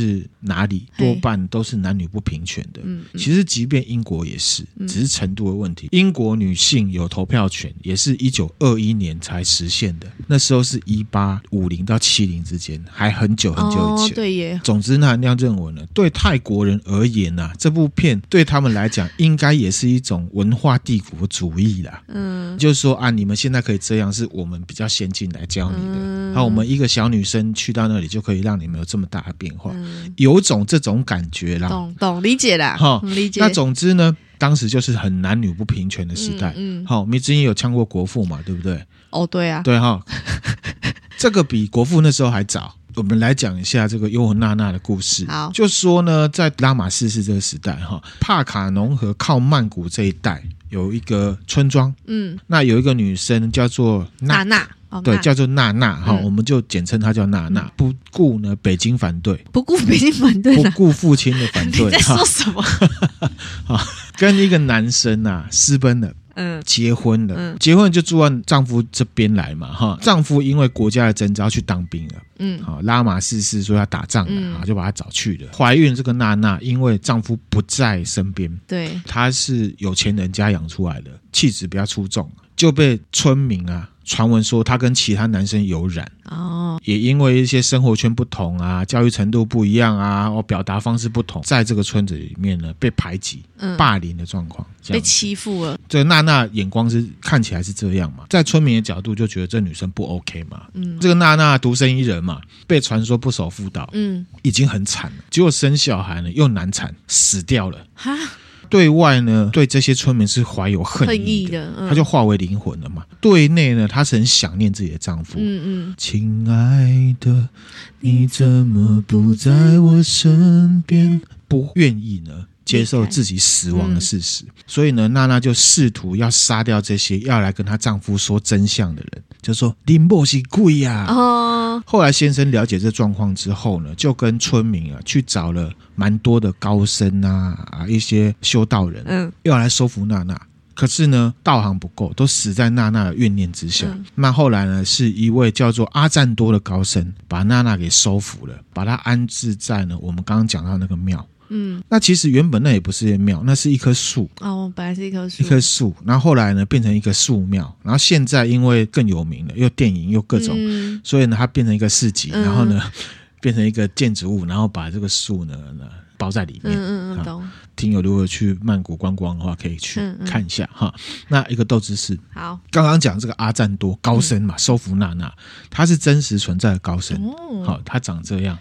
Speaker 1: 哪里多半都是男女不平权的。嗯嗯、其实即便英国也是，只是程度的问题。嗯、英国女性有投票权，也是一九二一年才实现的，那时候是一八五零到七零之间，还很久很久以前。
Speaker 2: 哦、对耶。
Speaker 1: 总之呢，那样认为呢，对泰国人而言啊，这部片对他们来讲，应该也是一种文化帝国主义啦。嗯，就是说啊，你们现在可以这样，是我们比较先进来教你的。嗯，然后我们一个小女生去到那里，就可以让你们有这么大的变化，嗯、有种这种感觉啦。
Speaker 2: 懂懂理解啦，哈，理解。
Speaker 1: 那总之呢，当时就是很男女不平权的时代。嗯，好、嗯，迷之音有呛过国父嘛，对不对？
Speaker 2: 哦，对啊，
Speaker 1: 对哈，这个比国父那时候还早。我们来讲一下这个尤和娜娜的故事。
Speaker 2: 好，
Speaker 1: 就说呢，在拉玛四世这个时代哈，帕卡农河靠曼谷这一带有一个村庄，嗯，那有一个女生叫做娜娜。哦、对，叫做娜娜哈、嗯，我们就简称她叫娜娜。不顾呢北京反对，
Speaker 2: 不顾北京反对，
Speaker 1: 不顾父亲的反对，
Speaker 2: 你在说什么？
Speaker 1: 跟一个男生啊私奔了。嗯，结婚了，嗯、结婚就住到丈夫这边来嘛，哈。丈夫因为国家的征召去当兵了，嗯，好，拉玛四世说要打仗了，嗯、就把他找去了。怀孕这个娜娜，因为丈夫不在身边，
Speaker 2: 对，
Speaker 1: 她是有钱人家养出来的，气质比较出众，就被村民啊传闻说她跟其他男生有染。哦，也因为一些生活圈不同啊，教育程度不一样啊，或表达方式不同，在这个村子里面呢，被排挤、嗯、霸凌的状况，
Speaker 2: 被欺负了。
Speaker 1: 这个娜娜眼光是看起来是这样嘛，在村民的角度就觉得这女生不 OK 嘛。嗯，这个娜娜独身一人嘛，被传说不守妇道，嗯，已经很惨了，结果生小孩呢又难产，死掉了。哈。对外呢，对这些村民是怀有恨意的，他、嗯、就化为灵魂了嘛。对内呢，她是很想念自己的丈夫。嗯嗯，亲爱的，你怎么不在我身边？不愿意呢接受自己死亡的事实，嗯、所以呢，娜娜就试图要杀掉这些要来跟她丈夫说真相的人，就说你某是鬼呀。哦，后来先生了解这状况之后呢，就跟村民啊去找了蛮多的高僧啊啊一些修道人，嗯，要来收服娜娜。可是呢，道行不够，都死在娜娜的怨念之下。嗯、那后来呢，是一位叫做阿赞多的高僧把娜娜给收服了，把她安置在呢我们刚刚讲到那个庙。嗯，那其实原本那也不是一个庙，那是一棵树
Speaker 2: 哦，本来是一棵树，
Speaker 1: 一棵树，然后后来呢变成一个树庙，然后现在因为更有名了，又电影又各种，嗯、所以呢它变成一个市集，嗯、然后呢变成一个建筑物，然后把这个树呢包在里面。嗯嗯嗯，懂。听友如果去曼谷观光的话，可以去看一下哈。嗯嗯，那一个斗知识，
Speaker 2: 好，
Speaker 1: 刚刚讲这个阿赞多高僧嘛，嗯、收服娜娜，他是真实存在的高僧，哦，好，他长这样。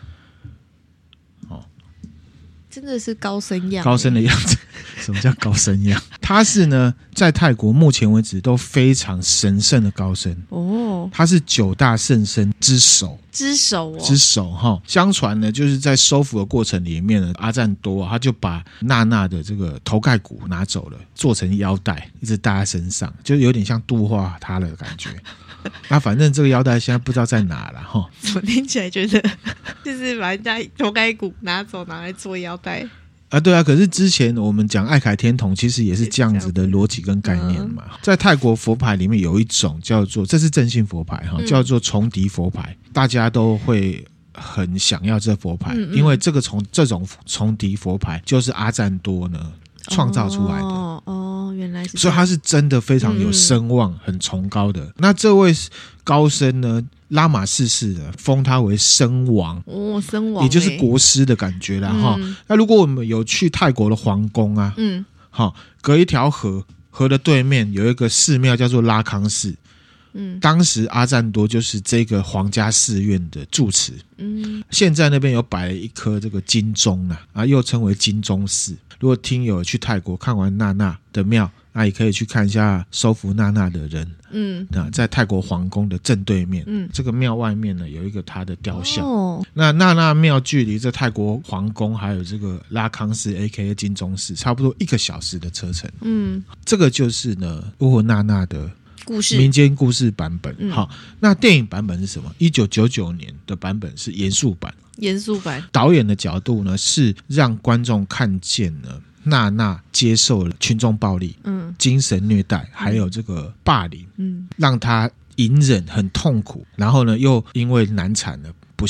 Speaker 2: 真的是高僧样，
Speaker 1: 高僧的样子。什么叫高僧样？他是呢，在泰国目前为止都非常神圣的高僧哦。他是九大圣僧之首，
Speaker 2: 之首哦，
Speaker 1: 之首哈。相传呢，就是在收服的过程里面呢，阿赞多、啊、他就把娜娜的这个头盖骨拿走了，做成腰带，一直戴在身上，就有点像度化他的感觉。那反正这个腰带现在不知道在哪了哈。
Speaker 2: 怎么听起来觉得就是把人家头盖骨拿走拿来做腰带
Speaker 1: 啊？对啊，可是之前我们讲爱凯天童其实也是这样子的逻辑跟概念嘛。嗯、在泰国佛牌里面有一种叫做，这是正信佛牌哈，叫做重迪佛牌，嗯、大家都会很想要这佛牌，嗯嗯，因为这个从这种重迪佛牌就是阿赞多呢创造出来的。
Speaker 2: 哦哦，原来是这样，
Speaker 1: 所以他是真的非常有声望，嗯、很崇高的。那这位高僧呢，拉玛四世的封他为僧王
Speaker 2: 哦，僧王，
Speaker 1: 也就是国师的感觉啦哈。嗯、那如果我们有去泰国的皇宫啊，嗯，好，隔一条河，河的对面有一个寺庙叫做拉康寺。嗯，当时阿赞多就是这个皇家寺院的住持。嗯，现在那边有摆了一颗这个金钟啊，啊，又称为金钟寺。如果听友去泰国看完娜娜的庙，那也可以去看一下收服娜娜的人。嗯，那在泰国皇宫的正对面，嗯，这个庙外面呢有一个他的雕像。哦，那娜娜庙距离这泰国皇宫还有这个拉康寺 A K A 金钟寺差不多一个小时的车程。嗯，这个就是呢乌合娜娜的
Speaker 2: 故事，
Speaker 1: 民间故事版本。嗯、好，那电影版本是什么？一九九九年的版本是严肃版。
Speaker 2: 严肃版，
Speaker 1: 导演的角度呢是让观众看见呢娜娜接受了群众暴力、嗯、精神虐待，还有这个霸凌，嗯，让她隐忍很痛苦，然后呢又因为难产了不幸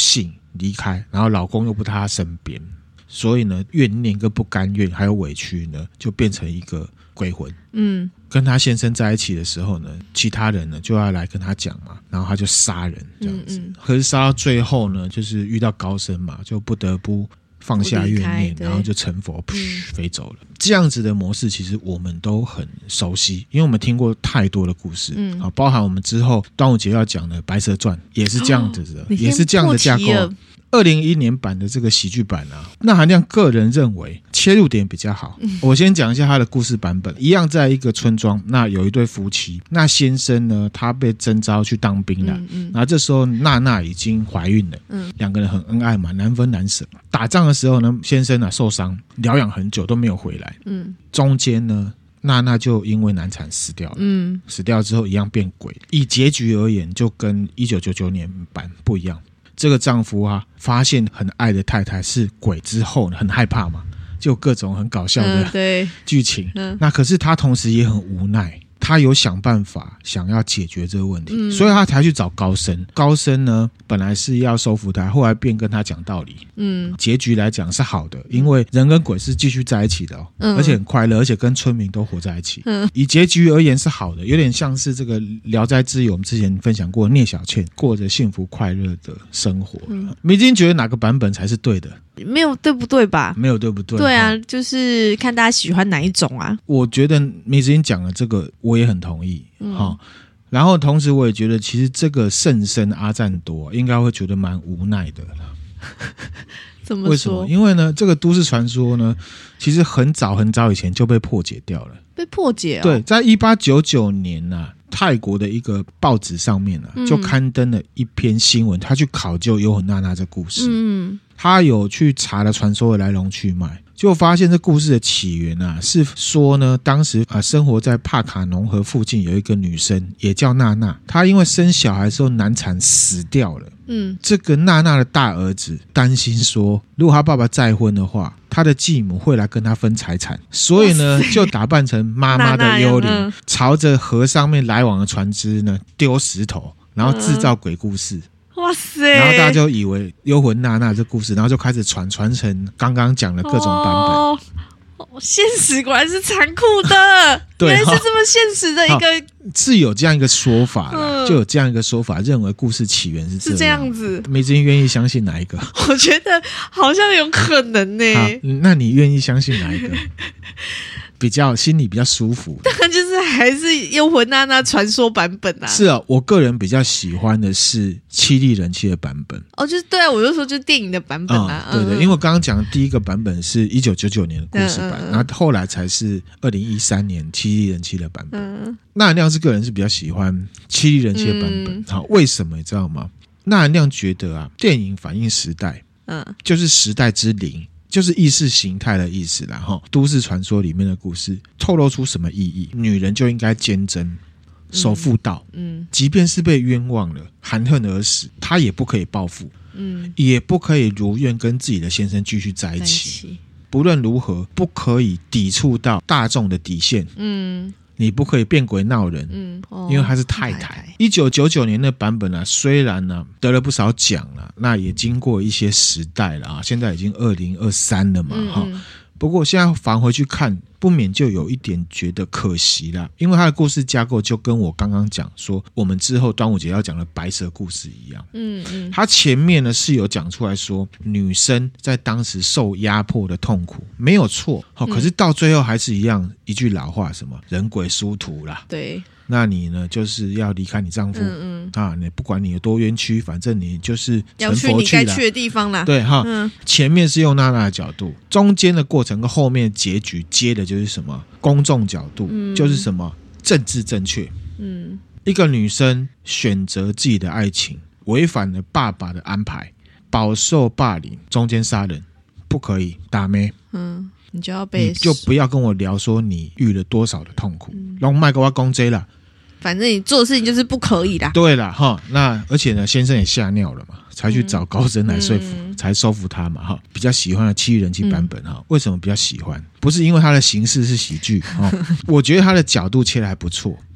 Speaker 1: 离开，然后老公又不在她身边，所以呢怨念跟不甘愿还有委屈呢就变成一个鬼魂。嗯，跟她先生在一起的时候呢，其他人呢就要来跟她讲嘛，然后她就杀人这样子。嗯嗯，可是杀到最后呢，就是遇到高僧嘛，就不得不放下怨念，然后就成佛，噗、嗯、飞走了。这样子的模式其实我们都很熟悉，因为我们听过太多的故事，嗯，啊，包含我们之后端午节要讲的《白蛇传》也是这样子的，哦、也是这样的架构。二零一一年版的这个喜剧版啊，那含量个人认为切入点比较好。嗯、我先讲一下他的故事版本，一样在一个村庄，那有一对夫妻，那先生呢，他被征召去当兵了，嗯嗯，然后这时候娜娜已经怀孕了，嗯，两个人很恩爱嘛，难分难舍。打仗的时候呢，先生啊受伤，疗养很久都没有回来，嗯，中间呢。娜娜就因为难产死掉了，嗯，死掉之后一样变鬼。以结局而言，就跟一九九九年版不一样。这个丈夫啊，发现很爱的太太是鬼之后很害怕嘛，就各种很搞笑的剧情。嗯、那可是他同时也很无奈。他有想办法想要解决这个问题，嗯、所以他才去找高僧。高僧呢，本来是要收服他，后来便跟他讲道理。嗯，结局来讲是好的，因为人跟鬼是继续在一起的哦，嗯、而且很快乐，而且跟村民都活在一起。嗯，以结局而言是好的，有点像是这个《聊斋志异》我们之前分享过，聂小倩过着幸福快乐的生活。嗯，迷津觉得哪个版本才是对的？
Speaker 2: 没有对不对吧？
Speaker 1: 没有对不对？
Speaker 2: 对啊，就是看大家喜欢哪一种啊。
Speaker 1: 我觉得迷津讲的这个我也很同意。嗯，哦，然后同时我也觉得其实这个圣僧阿赞多应该会觉得蛮无奈的。
Speaker 2: 怎么说？
Speaker 1: 为什么？因为呢，这个都市传说呢，其实很早很早以前就被破解掉了。
Speaker 2: 被破解哦？
Speaker 1: 对，在一八九九年啊，泰国的一个报纸上面啊，就刊登了一篇新闻，他去考究幽魂娜娜这故事。嗯，他有去查了传说的来龙去脉，就发现这故事的起源啊，是说呢，当时啊生活在帕卡农河附近有一个女生，也叫娜娜，她因为生小孩的时候难产死掉了。嗯，这个娜娜的大儿子担心说，如果他爸爸再婚的话，他的继母会来跟他分财产，所以呢，就打扮成妈妈的幽灵，娜娜朝着河上面来往的船只呢丢石头，然后制造鬼故事。嗯，哇塞！然后大家就以为幽魂娜娜这故事，然后就开始传传成刚刚讲的各种版本。哦，
Speaker 2: 现实果然是残酷的，
Speaker 1: 对，
Speaker 2: 原来是这么现实的一个，
Speaker 1: 是有这样一个说法啦，嗯、就有这样一个说法，认为故事起源是这样，
Speaker 2: 是这样子。
Speaker 1: 梅子英愿意相信哪一个？
Speaker 2: 我觉得好像有可能呢、欸。
Speaker 1: 那你愿意相信哪一个？比较心里比较舒服，
Speaker 2: 当然就是还是幽魂娜娜传说版本啊。
Speaker 1: 是啊，我个人比较喜欢的是七力人气的版本。
Speaker 2: 哦，就是对啊，我就说就是电影的版本啊。
Speaker 1: 嗯、对对，因为我刚刚讲的第一个版本是一九九九年的故事版，嗯嗯嗯，然后后来才是二零一三年七力人气的版本。嗯，那含亮是个人是比较喜欢七力人气的版本。嗯、好，为什么你知道吗？那含亮觉得啊，电影反映时代，嗯，就是时代之灵。就是意识形态的意思啦，哈！都市传说里面的故事透露出什么意义？女人就应该坚贞、守妇道，嗯，即便是被冤枉了、含恨而死，她也不可以报复，嗯，也不可以如愿跟自己的先生继续在一起。不论如何，不可以抵触到大众的底线，嗯。你不可以变鬼闹人，嗯，哦、因为她是太太。一九九九年的版本啊，虽然呢、啊、得了不少奖了，那也经过一些时代了啊，现在已经二零二三了嘛，哈、嗯嗯。不过现在返回去看，不免就有一点觉得可惜啦，因为他的故事架构就跟我刚刚讲说，我们之后端午节要讲的白蛇故事一样。嗯嗯，他前面呢是有讲出来说，女生在当时受压迫的痛苦没有错，哦，可是到最后还是一样一句老话，什么人鬼殊途啦。
Speaker 2: 对。
Speaker 1: 那你呢，就是要离开你丈夫，嗯嗯啊，你不管你有多冤屈，反正你就是成佛去了，
Speaker 2: 要去你该去的地方啦。
Speaker 1: 对哈，嗯，前面是用娜娜的角度，中间的过程跟后面的结局接的就是什么公众角度，嗯、就是什么政治正确。嗯，一个女生选择自己的爱情，违反了爸爸的安排，饱受霸凌，中间杀人，不可以打妹。嗯。
Speaker 2: 你就要被，
Speaker 1: 你就不要跟我聊说你遇了多少的痛苦，让麦给我讲这啦。
Speaker 2: 反正你做的事情就是不可以啦。
Speaker 1: 对啦哈，那而且呢，先生也吓尿了嘛，才去找高僧来说服，嗯、才收服他嘛哈。比较喜欢的七人气版本哈，嗯、为什么比较喜欢？不是因为他的形式是喜剧哈，我觉得他的角度切得还不错。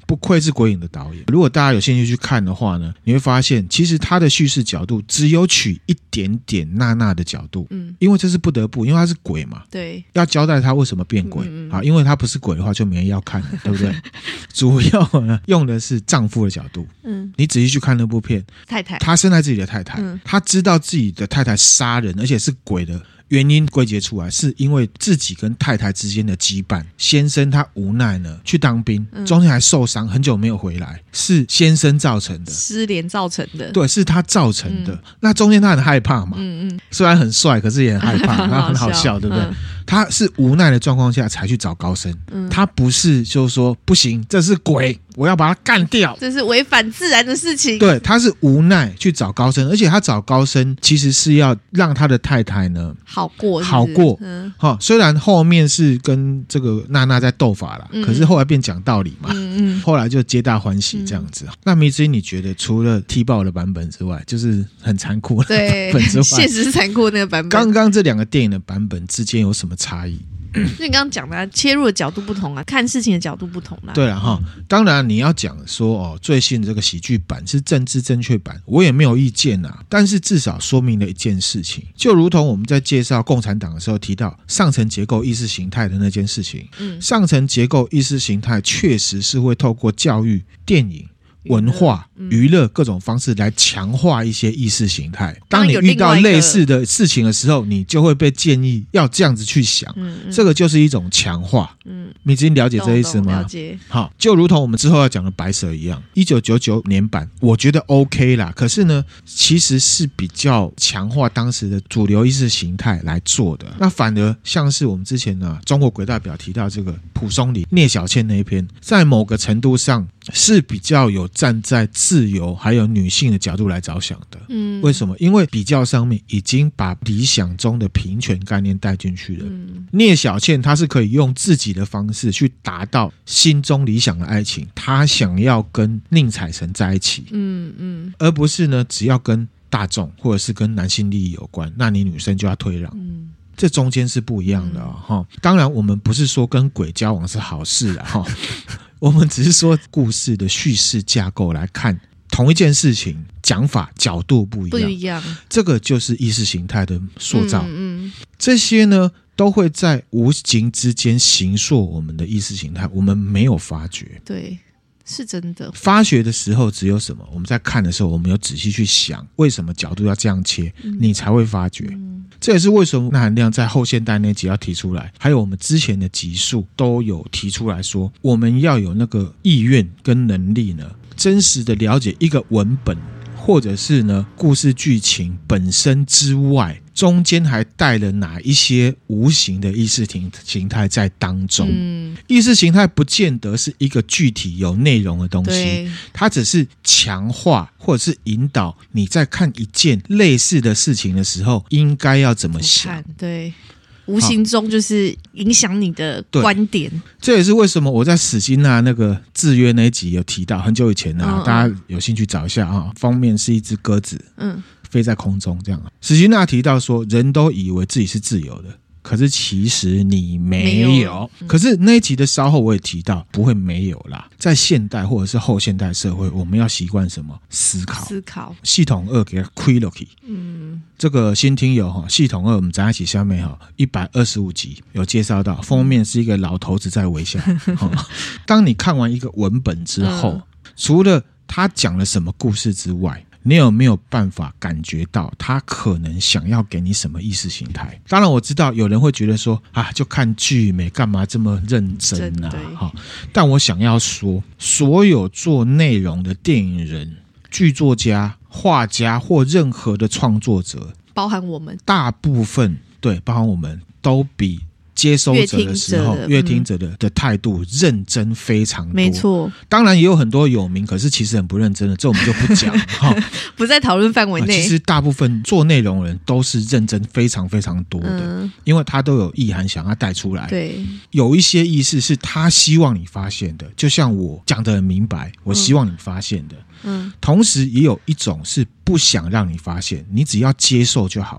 Speaker 1: 不愧是鬼影的导演。如果大家有兴趣去看的话呢，你会发现其实他的叙事角度只有取一点点娜娜的角度，嗯，因为这是不得不，因为他是鬼嘛，
Speaker 2: 对，
Speaker 1: 要交代他为什么变鬼，嗯嗯好，因为他不是鬼的话就没人要看了，对不对？主要呢用的是丈夫的角度，嗯，你仔细去看那部片，
Speaker 2: 太太，
Speaker 1: 他深爱自己的太太，嗯，他知道自己的太太杀人，而且是鬼的。原因归结出来是因为自己跟太太之间的羁绊，先生他无奈呢去当兵，中间还受伤，很久没有回来，是先生造成的，
Speaker 2: 失联造成的，
Speaker 1: 对，是他造成的、嗯、那中间他很害怕嘛，嗯嗯，虽然很帅可是也很害怕他很好笑对不对、嗯、他是无奈的状况下才去找高僧、嗯、他不是就是说不行这是鬼我要把他干掉，这
Speaker 2: 是违反自然的事情，
Speaker 1: 对，他是无奈去找高僧，而且他找高僧其实是要让他的太太呢
Speaker 2: 好过是不是
Speaker 1: 好过、
Speaker 2: 嗯
Speaker 1: 哦、虽然后面是跟这个娜娜在斗法啦、嗯、可是后来变讲道理嘛、嗯嗯、后来就皆大欢喜这样子、嗯、那迷之音你觉得除了踢爆的版本之外，就是很残酷的版本之外，
Speaker 2: 现实残酷的那个版本，
Speaker 1: 刚刚这两个电影的版本之间有什么差异？
Speaker 2: 就你刚刚讲的、啊、切入的角度不同啊，看事情的角度不同啦、啊。
Speaker 1: 对了哈，当然你要讲说哦，最新的这个喜剧版是政治正确版，我也没有意见啊。但是至少说明了一件事情，就如同我们在介绍共产党的时候提到上层结构意识形态的那件事情，嗯，上层结构意识形态确实是会透过教育、电影、文化、娱乐各种方式来强化一些意识形态。当你遇到类似的事情的时候，你就会被建议要这样子去想，嗯嗯、这个就是一种强化。嗯，你已经了解这意思吗？
Speaker 2: 了解。
Speaker 1: 好，就如同我们之后要讲的白蛇一样，一九九九年版我觉得 OK 啦，可是呢其实是比较强化当时的主流意识形态来做的。那反而像是我们之前呢中国鬼代表提到这个蒲松龄聂小倩那一篇，在某个程度上是比较有站在自由还有女性的角度来着想的。嗯，为什么？因为比较上面已经把理想中的平权概念带进去了。嗯，聂小倩她是可以用自己的方式去达到心中理想的爱情，她想要跟宁采臣在一起。嗯嗯，而不是呢只要跟大众或者是跟男性利益有关，那你女生就要退让。嗯，这中间是不一样的哦。嗯、当然我们不是说跟鬼交往是好事啊。我们只是说故事的叙事架构来看同一件事情，讲法角度不一样，不一样，这个就是意识形态的塑造。嗯嗯，这些呢都会在无形之间形塑我们的意识形态，我们没有发觉。
Speaker 2: 对，是真的。发
Speaker 1: 觉的时候只有什么？我们在看的时候，我们有仔细去想为什么角度要这样切，嗯、你才会发觉。嗯，这也是为什么那含量在后现代那集要提出来，还有我们之前的集数都有提出来说，我们要有那个意愿跟能力呢，真实的了解一个文本或者是呢故事剧情本身之外，中间还带了哪一些无形的意识形态在当中。嗯，意识形态不见得是一个具体有内容的东西，它只是强化或者是引导你在看一件类似的事情的时候应该要怎么想。
Speaker 2: 对，无形中就是影响你的观点。
Speaker 1: 这也是为什么我在史金纳那个制约那一集有提到，很久以前啊，嗯嗯大家有兴趣找一下啊。封面是一只鸽子，嗯，飞在空中这样。史金纳提到说，人都以为自己是自由的，可是其实你没有, 没有、嗯、可是那一集的稍后我也提到不会没有啦，在现代或者是后现代社会，我们要习惯什么？思考
Speaker 2: 思考。
Speaker 1: 系统二给它开下去。嗯，这个新听友系统二我们在一起下面一百二十五集有介绍到，封面是一个老头子在微笑。当你看完一个文本之后、嗯、除了他讲了什么故事之外，你有没有办法感觉到他可能想要给你什么意识形态？当然我知道有人会觉得说啊，就看剧没干嘛这么认真啊。但我想要说，所有做内容的电影人、剧作家、画家或任何的创作者，包含我们，大部分对，包含我们都比接收者的时候阅听者的、嗯、的态度认真非常多。没错，当然也有很多有名可是其实很不认真的，这我们就不讲
Speaker 2: 不在讨论范围内、
Speaker 1: 啊、其实大部分做内容人都是认真非常非常多的、嗯、因为他都有意涵想要带出来。对，有一些意思是他希望你发现的，就像我讲得很明白，我希望你发现的。嗯，同时也有一种是不想让你发现，你只要接受就好了。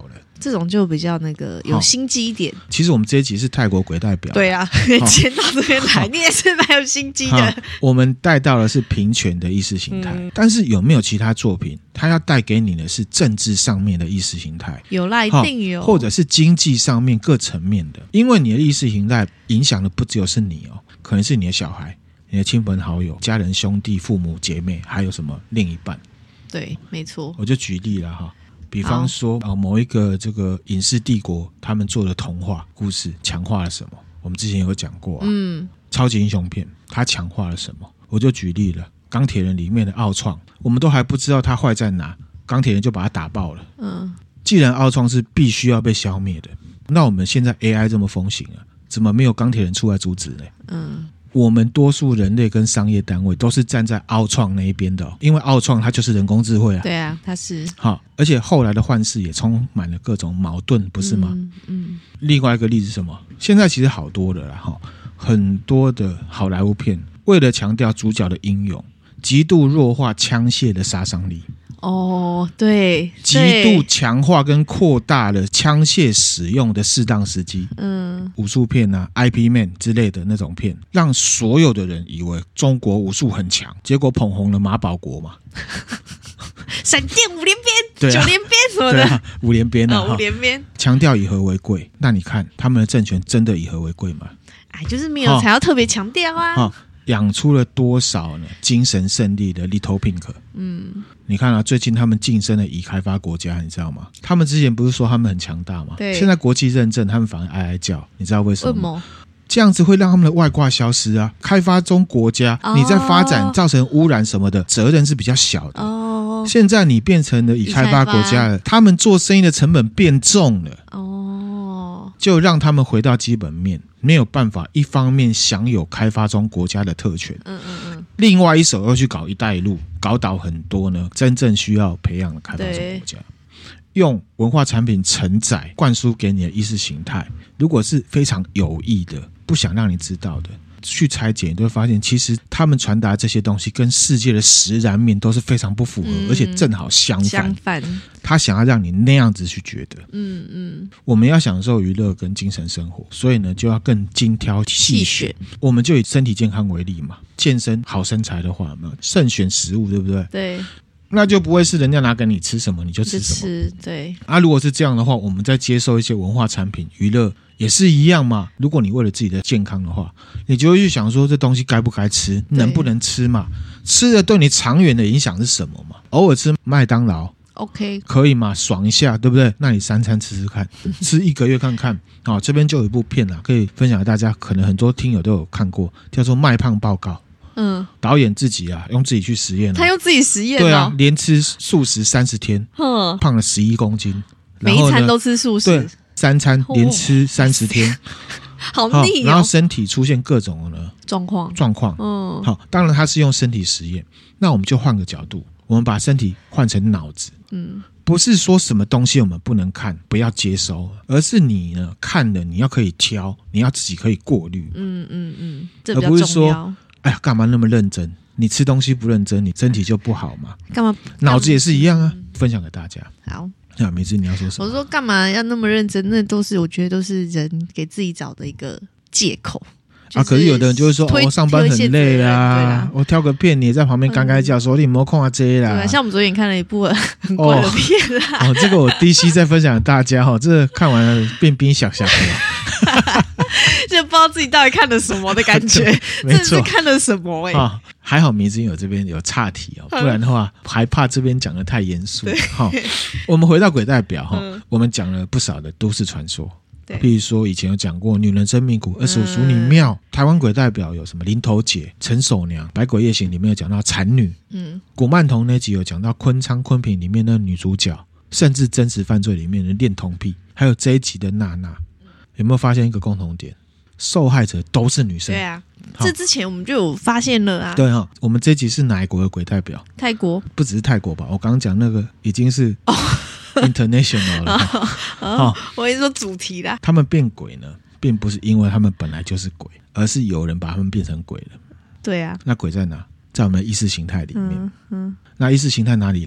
Speaker 2: 这种就比较那个有心机一点。
Speaker 1: 其实我们这一集是泰国鬼代表，
Speaker 2: 对啊，牵到这边来，你也是蛮有心机的。
Speaker 1: 我们带到的是平权的意识形态，嗯、但是有没有其他作品，它要带给你的是政治上面的意识形态？
Speaker 2: 有啦，一定有，
Speaker 1: 或者是经济上面各层面的，因为你的意识形态影响的不只有是你哦，可能是你的小孩、你的亲朋好友、家人、兄弟、父母、姐妹，还有什么另一半。
Speaker 2: 对，没错。
Speaker 1: 我就举例了哈。比方说、哦、某一个这个影视帝国他们做的童话故事强化了什么，我们之前有讲过、啊、嗯，超级英雄片它强化了什么，我就举例了钢铁人里面的奥创，我们都还不知道他坏在哪，钢铁人就把他打爆了。嗯，既然奥创是必须要被消灭的，那我们现在 A I 这么风行了，怎么没有钢铁人出来阻止呢？嗯，我们多数人类跟商业单位都是站在奥创那一边的、哦、因为奥创它就是人工智慧啊。
Speaker 2: 对啊，它是
Speaker 1: 好，而且后来的幻视也充满了各种矛盾，不是吗？嗯，嗯另外一个例子是什么？现在其实好多的啦，很多的好莱坞片为了强调主角的英勇，极度弱化枪械的杀伤力。
Speaker 2: 哦，对，
Speaker 1: 极度强化跟扩大了枪械使用的适当时机。嗯，武术片啊 I P Man 之类的那种片，让所有的人以为中国武术很强，结果捧红了马保国嘛。
Speaker 2: 闪电五连鞭、九、啊、连鞭什么的，
Speaker 1: 对啊，五连鞭啊，
Speaker 2: 五连鞭，
Speaker 1: 强调以和为贵。那你看他们的政权真的以和为贵吗？
Speaker 2: 哎，就是没有才要特别强调啊。
Speaker 1: 哦养出了多少呢精神胜利的 Little Pink。 嗯，你看啊，最近他们晋升了已开发国家，你知道吗？他们之前不是说他们很强大吗？对，现在国际认证他们反而哀哀叫，你知道为什么吗？为什么？这样子会让他们的外挂消失啊。开发中国家、哦、你在发展造成污染什么的责任是比较小的。哦，现在你变成了已开发国家了，他们做生意的成本变重了。哦，就让他们回到基本面，没有办法一方面享有开发中国家的特权，嗯嗯嗯，另外一手又去搞一带一路，搞倒很多呢真正需要培养的开发中国家，用文化产品承载灌输给你的意识形态，如果是非常有意的，不想让你知道的，去拆解，你就会发现其实他们传达这些东西跟世界的实然面都是非常不符合、嗯、而且正好相反相反他想要让你那样子去觉得。嗯嗯，我们要享受娱乐跟精神生活，所以呢就要更精挑细选。我们就以身体健康为例嘛，健身好身材的话，慎选食物，对不对？对，那就不会是人家拿给你吃什么你就吃什么。吃，对啊，如果是这样的话，我们在接受一些文化产品娱乐也是一样嘛。如果你为了自己的健康的话，你就会去想说这东西该不该吃，能不能吃嘛，吃了对你长远的影响是什么嘛。偶尔吃麦当劳 OK 可以嘛，爽一下对不对？那你三餐吃吃看，吃一个月看看。好，这边就有一部片啦，可以分享给大家，可能很多听友都有看过，叫做麦胖报告。嗯，导演自己啊，用自己去实验、啊，他
Speaker 2: 用自己实验、哦，
Speaker 1: 对啊，连吃素食三十天，胖了十一公斤，
Speaker 2: 每一餐都吃素食，
Speaker 1: 对，三餐连吃三十天，哦、
Speaker 2: 好腻、哦，
Speaker 1: 然后身体出现各种呢
Speaker 2: 状况
Speaker 1: 状况，嗯，好，当然他是用身体实验，那我们就换个角度，我们把身体换成脑子，嗯。不是说什么东西我们不能看不要接收，而是你呢看了你要可以挑，你要自己可以过滤，嗯嗯嗯，这比较重要。而不是说哎呀干嘛那么认真，你吃东西不认真你身体就不好嘛。干嘛脑子也是一样啊、嗯、分享给大家。好啊，梅子你要说什么？
Speaker 2: 我说干嘛要那么认真，那都是我觉得都是人给自己找的一个借口
Speaker 1: 啊，可是有的人就会说，哦，上班很累啦，我挑个片，你也在旁边干干叫说，嗯、你没空啊这啦。
Speaker 2: 对啊，像我们昨天看了一部很怪的片啦。
Speaker 1: 哦，哦这个我 D C 再分享给大家哈，这个看完了变冰小小的，
Speaker 2: 就不知道自己到底看了什么的感觉，真的是看了什么哎、欸哦。
Speaker 1: 还好迷之音有这边有岔题哦，不然的话还怕这边讲的太严肃。哈、哦，我们回到鬼代表哈、嗯，我们讲了不少的都市传说。譬如说以前有讲过女人真命谷、二十五淑女庙、嗯、台湾鬼代表有什么林头姐、陈守娘，百鬼夜行里面有讲到产女，嗯，古曼童那集有讲到昆昌昆平里面的女主角，甚至真实犯罪里面的恋童癖，还有这一集的娜娜，有没有发现一个共同点？受害者都是女生。对啊，
Speaker 2: 这之前我们就有发现了啊。
Speaker 1: 对哈，我们这一集是哪一国的鬼代表？
Speaker 2: 泰国，
Speaker 1: 不只是泰国吧？我刚刚讲那个已经是、哦international 了、哦
Speaker 2: 哦、我跟你说主题啦，
Speaker 1: 他们变鬼呢并不是因为他们本来就是鬼，而是有人把他们变成鬼了。
Speaker 2: 对啊，
Speaker 1: 那鬼在哪？在我们的意识形态里面。嗯嗯，那意识形态哪里来？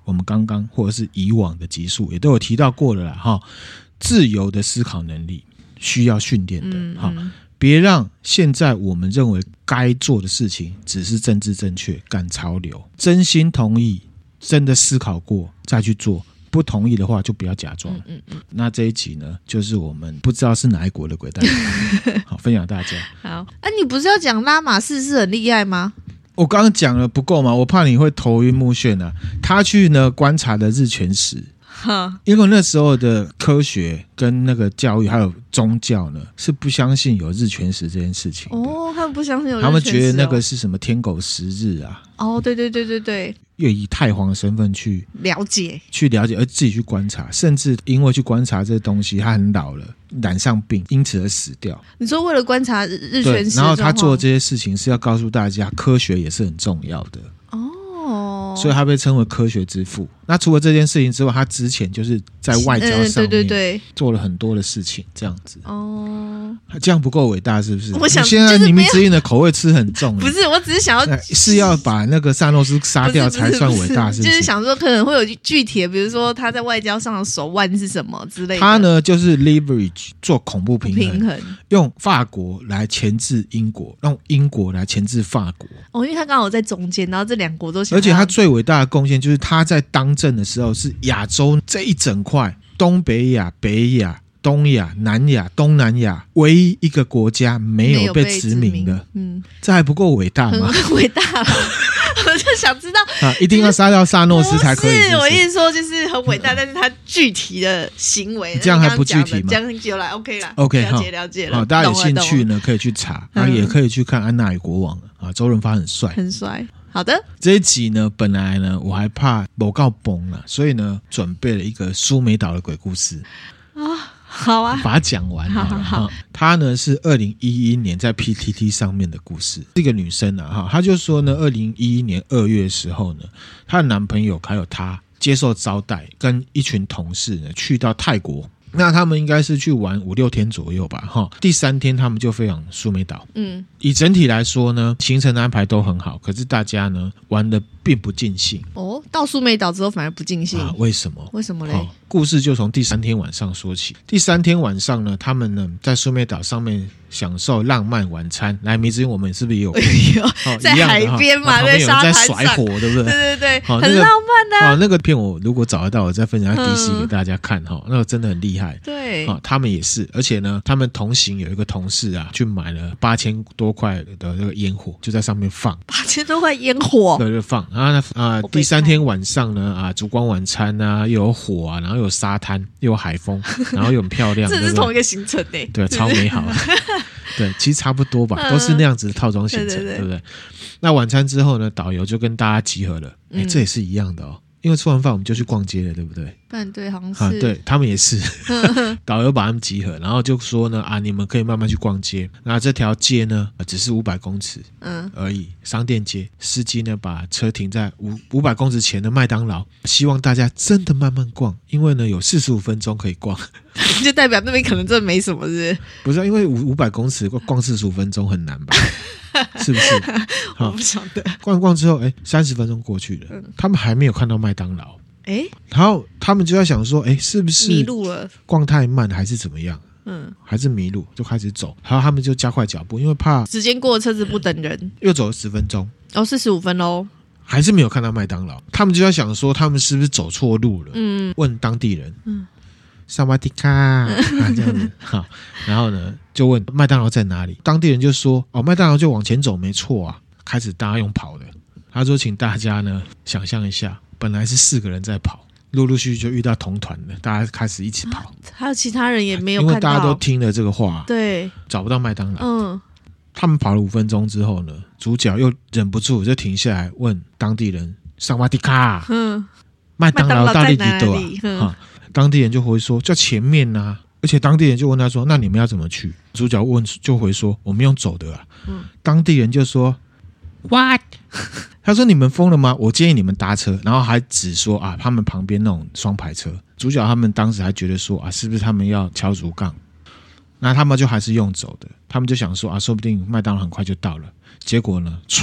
Speaker 1: 我们刚刚或者是以往的集数也都有提到过了啦哈，自由的思考能力需要训练的哈。嗯嗯，别让现在我们认为该做的事情只是政治正确赶潮流，真心同意真的思考过再去做，不同意的话就不要假装。嗯嗯嗯，那这一集呢就是我们不知道是哪一国的鬼代表好分享大家。
Speaker 2: 好啊，你不是要讲拉玛四世很厉害吗？
Speaker 1: 我刚刚讲了不够吗？我怕你会头晕目眩啊。他去呢观察的日全食，因为那时候的科学跟那个教育还有宗教呢是不相信有日全食这件事情的。哦，
Speaker 2: 他们不相信有日全食，
Speaker 1: 他们觉得那个是什么天狗食日啊。
Speaker 2: 哦，对对对对对，
Speaker 1: 又以太皇的身份去
Speaker 2: 了解
Speaker 1: 去了解而自己去观察，甚至因为去观察这东西他很老了染上病因此而死掉。
Speaker 2: 你说为了观察日全食，
Speaker 1: 然后他做这些事情是要告诉大家科学也是很重要的哦，所以他被称为科学之父。那除了这件事情之外，他之前就是在外交上面做了很多的事情，这样子哦，这样不够伟大是不是？
Speaker 2: 我想
Speaker 1: 现在你们之音的口味吃很重，
Speaker 2: 不是，我只是想要
Speaker 1: 是要把那个萨诺斯杀掉才算伟大，是不是？
Speaker 2: 就是想说可能会有具体的，比如说他在外交上的手腕是什么之类的。
Speaker 1: 他呢就是 leverage 做恐怖平衡，
Speaker 2: 平衡
Speaker 1: 用法国来钳制英国，用英国来钳制法国。
Speaker 2: 哦，因为他刚好在中间，然后这两国都想，
Speaker 1: 而且他最伟大的贡献就是他在当政的时候是亚洲这一整块东北亚、北亚、东亚、南亚、东南亚唯一一个国家没有被殖民的。嗯，这还不够伟大吗？
Speaker 2: 很伟大了我就想知道
Speaker 1: 啊，一定要杀掉萨诺斯才可以。
Speaker 2: 是, 是我意思说就是很伟大，但是他具体的行为
Speaker 1: 这样还不具体吗？
Speaker 2: 这样就来 OK 啦
Speaker 1: OK
Speaker 2: 了解了解了。
Speaker 1: 好，大家有兴趣呢可以去查，然后也可以去看安纳与国王啊，周润发很帅，
Speaker 2: 很帅。好的，
Speaker 1: 这一集呢，本来呢我还怕某告崩了，所以呢准备了一个苏梅岛的鬼故事
Speaker 2: 啊、哦，好啊，
Speaker 1: 把它讲完好了。好好好，它呢是二零一一年在 P T T 上面的故事，这个女生啊哈，她就说呢，二零一一年二月的时候呢，她的男朋友还有她接受招待，跟一群同事呢去到泰国。那他们应该是去玩五六天左右吧，哈。第三天他们就飞往苏梅岛。嗯，以整体来说呢，行程的安排都很好，可是大家呢玩的并不尽兴。
Speaker 2: 哦，到苏梅岛之后反而不尽兴啊？
Speaker 1: 为什么？
Speaker 2: 为什么嘞？
Speaker 1: 哦，故事就从第三天晚上说起。第三天晚上呢，他们呢在苏梅岛上面享受浪漫晚餐。来，迷之音我们是不是也有？
Speaker 2: 有在海边嘛，在沙滩上
Speaker 1: 在甩火，对不对？
Speaker 2: 对对对，哦，很浪漫的、啊。
Speaker 1: 哦，那个片我如果找得到，我再分享 D C 给大家看哈、嗯，那个真的很厉害。
Speaker 2: 对，
Speaker 1: 啊、哦，他们也是，而且呢，他们同行有一个同事啊，去买了八千多块的那个烟火，就在上面放
Speaker 2: 八千多块烟火，
Speaker 1: 对，就放。然后呢，啊、呃，第三天晚上呢，啊，烛光晚餐啊，又有火啊，然后又有沙滩，又有海风，然后又很漂亮，
Speaker 2: 这是同一个行程呢、欸，
Speaker 1: 对，超美好。对，其实差不多吧，都是那样子的套装行程，嗯、对, 对, 对, 对不对？那晚餐之后呢，导游就跟大家集合了，哎、嗯，这也是一样的哦。因为吃完饭我们就去逛街了，对不对？
Speaker 2: 嗯，对，好像是。
Speaker 1: 啊，对，他们也是。导游把他们集合，然后就说呢，啊，你们可以慢慢去逛街。那这条街呢，只是五百公尺，嗯而已，商店街。司机呢，把车停在五五百公尺前的麦当劳，希望大家真的慢慢逛，因为呢有四十五分钟可以逛。
Speaker 2: 就代表那边可能真的没什么，是不是？
Speaker 1: 不是，因为五五百公尺逛四十五分钟很难吧？是不是？
Speaker 2: 我不晓得。
Speaker 1: 逛逛之后，哎，三十分钟过去了、嗯，他们还没有看到麦当劳。哎，然后他们就在想说，哎，是不是
Speaker 2: 迷路了？
Speaker 1: 逛太慢还是怎么样？嗯，还是迷路，就开始走。然后他们就加快脚步，因为怕
Speaker 2: 时间过，车子不等人。
Speaker 1: 又走了十分钟，
Speaker 2: 哦，四十五分喽，
Speaker 1: 还是没有看到麦当劳。他们就在想说，他们是不是走错路了？嗯，问当地人。嗯。萨瓦迪卡啊，这样子好，然后呢，就问麦当劳在哪里？当地人就说：“哦，麦当劳就往前走，没错啊。”开始大家用跑的。他说：“请大家呢想象一下，本来是四个人在跑，陆陆续续就遇到同团的，大家开始一起跑。啊、
Speaker 2: 还有其他人也没有看到，
Speaker 1: 因为大家都听了这个话，
Speaker 2: 对，
Speaker 1: 找不到麦当劳。嗯，他们跑了五分钟之后呢，主角又忍不住就停下来问当地人：萨瓦迪卡，嗯，麦当劳到底几多啊？哈。”当地人就回说叫前面啊，而且当地人就问他说那你们要怎么去？主角问就回说我们用走的啊。嗯、当地人就说 What？ 他说你们疯了吗？我建议你们搭车，然后还只说啊他们旁边那种双排车。主角他们当时还觉得说啊是不是他们要敲竹杠？那他们就还是用走的，他们就想说啊说不定麦当劳很快就到了。结果呢错，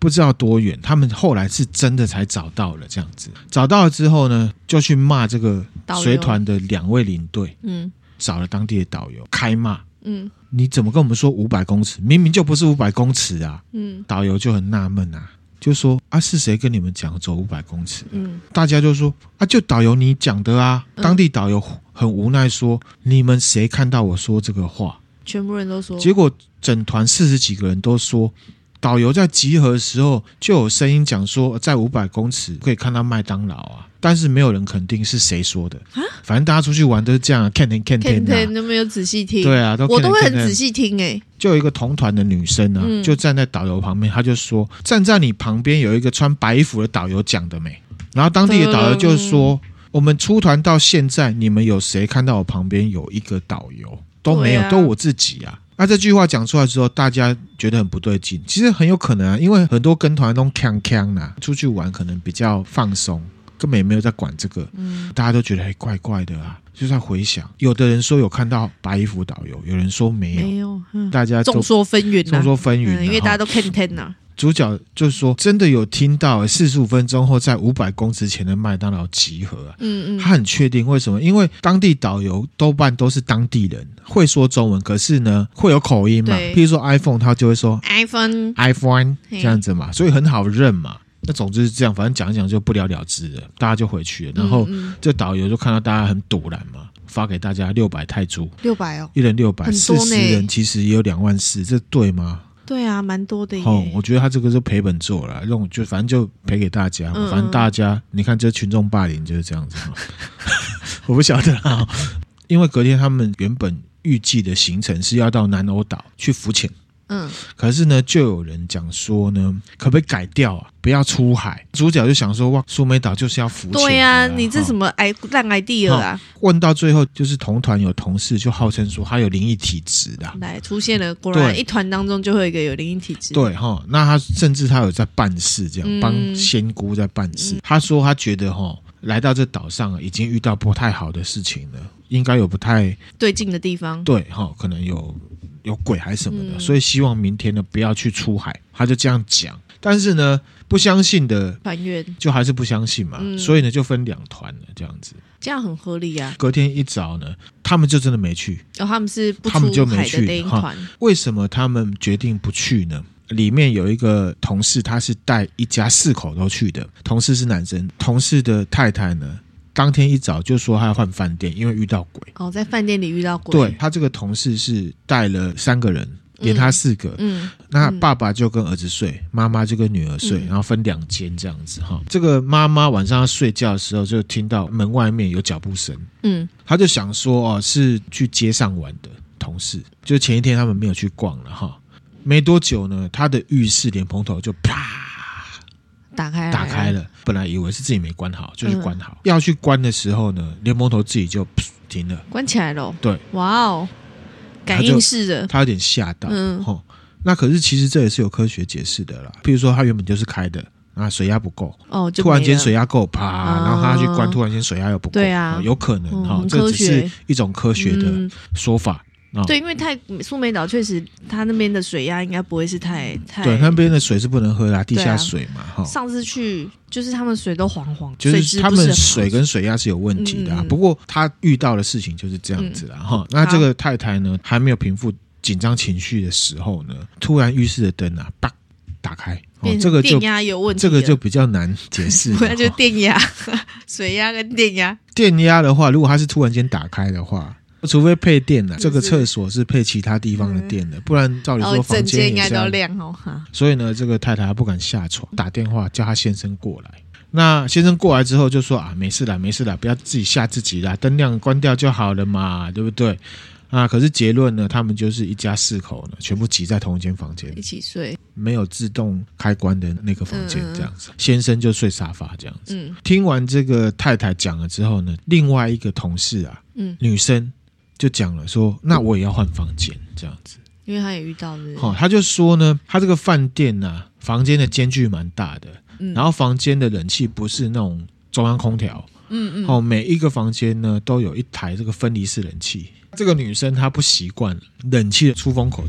Speaker 1: 不知道多远，他们后来是真的才找到了这样子。找到了之后呢，就去骂这个随团的两位领队，嗯，找了当地的导游开骂，嗯，你怎么跟我们说五百公尺？明明就不是五百公尺啊！嗯，导游就很纳闷啊，就说啊，是谁跟你们讲走五百公尺？嗯，大家就说啊，就导游你讲的啊。当地导游很无奈说，你们谁看到我说这个话？
Speaker 2: 全部人都说。结
Speaker 1: 果整团四十几个人都说。导游在集合的时候就有声音讲说，在五百公尺可以看到麦当劳啊，但是没有人肯定是谁说的。反正大家出去玩都是这样，看天看天啊，
Speaker 2: 都没有仔细听。
Speaker 1: 对啊，都
Speaker 2: 我都会很仔细听哎、欸。
Speaker 1: 就有一个同团的女生啊、嗯，就站在导游旁边，她就说：“站在你旁边有一个穿白衣服的导游讲的没？”然后当地的导游就说：“嗯、我们出团到现在，你们有谁看到我旁边有一个导游？都没有，啊、都我自己啊。”那、啊、这句话讲出来之后，大家觉得很不对劲。其实很有可能啊，因为很多跟团都锵锵啦，出去玩可能比较放松，根本也没有在管这个。嗯，大家都觉得、欸、怪怪的啊，就在回想。有的人说有看到白衣服导游，有人说没有，没有，嗯、大家
Speaker 2: 众说纷纭、啊，
Speaker 1: 众说纷纭、啊嗯，
Speaker 2: 因为大家都看天呐。
Speaker 1: 主角就是说，真的有听到四十五分钟后在五百公尺前的麦当劳集合啊。嗯嗯，他很确定，为什么？因为当地导游多半都是当地人，会说中文，可是呢会有口音嘛。譬如说 iPhone， 他就会说
Speaker 2: iPhone
Speaker 1: iPhone 这样子嘛，所以很好认嘛。那总之是这样，反正讲一讲就不了了之了，大家就回去了。然后嗯嗯这导游就看到大家很堵然嘛，发给大家六百泰铢，
Speaker 2: 六百哦，
Speaker 1: 一人六百，四十人其实也有两万四，这对吗？
Speaker 2: 对啊，蛮多的耶、
Speaker 1: 哦。我觉得他这个是赔本做了，用就反正就赔给大家，嗯嗯反正大家你看这群众霸凌就是这样子。我不晓得啦，因为隔天他们原本预计的行程是要到南欧岛去浮潜。嗯，可是呢，就有人讲说呢，可不可以改掉啊？不要出海。主角就想说，哇，苏梅岛就是要浮潜。
Speaker 2: 对呀、啊，你这什么哎烂 idea 啊？
Speaker 1: 问到最后，就是同团有同事就号称说他有灵异体质的，
Speaker 2: 来出现了，果然一团当中就会有一个有灵异体质。
Speaker 1: 对哈，那他甚至他有在办事，这样帮、嗯、仙姑在办事。嗯、他说他觉得哈，来到这岛上已经遇到不太好的事情了，应该有不太
Speaker 2: 对劲的地方。
Speaker 1: 对哈，可能有。有鬼还是什么的、嗯、所以希望明天呢不要去出海，他就这样讲。但是呢不相信的
Speaker 2: 团员
Speaker 1: 就还是不相信嘛、嗯、所以呢就分两团了这样子，
Speaker 2: 这样很合理啊。
Speaker 1: 隔天一早呢他们就真的没去、
Speaker 2: 哦、他们是不出海的那一团。
Speaker 1: 为什么他们决定不去呢？里面有一个同事，他是带一家四口都去的，同事是男生，同事的太太呢当天一早就说他要换饭店，因为遇到鬼。
Speaker 2: 哦，在饭店里遇到鬼。
Speaker 1: 对，他这个同事是带了三个人，连他四个。嗯，那爸爸就跟儿子睡，妈妈就跟女儿睡，嗯、然后分两间这样子哈。这个妈妈晚上要睡觉的时候，就听到门外面有脚步声。嗯，他就想说哦，是去街上玩的同事，就前一天他们没有去逛了哈。没多久呢，他的浴室莲蓬头就啪。
Speaker 2: 打开了，
Speaker 1: 打开了。本来以为是自己没关好，就去关好。嗯、要去关的时候呢，莲蓬头自己就停了，
Speaker 2: 关起来了。
Speaker 1: 对，
Speaker 2: 哇哦，感应式的，
Speaker 1: 他有点吓到。嗯，吼，那可是其实这也是有科学解释的啦。譬如说，它原本就是开的，啊，水压不够，哦，突然间水压够，啪，哦、然后他去关，突然间水压又不够，
Speaker 2: 对啊，
Speaker 1: 哦、有可能哈、嗯，这只是一种科学的说法。嗯
Speaker 2: 哦、对，因为太苏梅岛确实，它那边的水压应该不会是太太。
Speaker 1: 对，那边的水是不能喝的、啊，地下水嘛。哈、啊，
Speaker 2: 上次去就是他们水都黄黄，
Speaker 1: 就是他们水跟水压是有问题的、啊。嗯、不过他遇到的事情就是这样子啦。哈、嗯，那这个太太呢，还没有平复紧张情绪的时候呢，突然浴室的灯啊，啪打开。
Speaker 2: 哦，这个就电压有问题，
Speaker 1: 这个就比较难解释。
Speaker 2: 那就是电压、水压跟电压。
Speaker 1: 电压的话，如果它是突然间打开的话。除非配电了，这个厕所是配其他地方的电的，嗯、不然照理说房间
Speaker 2: 应该都亮哦。
Speaker 1: 所以呢，这个太太不敢下床，打电话叫他先生过来。那先生过来之后就说啊，没事啦，没事啦，不要自己吓自己啦，灯亮关掉就好了嘛，对不对？啊，可是结论呢，他们就是一家四口呢，全部挤在同一间房间，
Speaker 2: 一起睡，
Speaker 1: 没有自动开关的那个房间，这样子。嗯、先生就睡沙发这样子。嗯、听完这个太太讲了之后呢，另外一个同事啊，嗯、女生。就讲了说，那我也要换房间这样子，
Speaker 2: 因为他也遇到了。
Speaker 1: 好、哦，他就说呢，他这个饭店啊，房间的间距蛮大的，嗯、然后房间的冷气不是那种中央空调，嗯嗯，好、哦，每一个房间呢都有一台这个分离式冷气。这个女生她不习惯冷气的出风口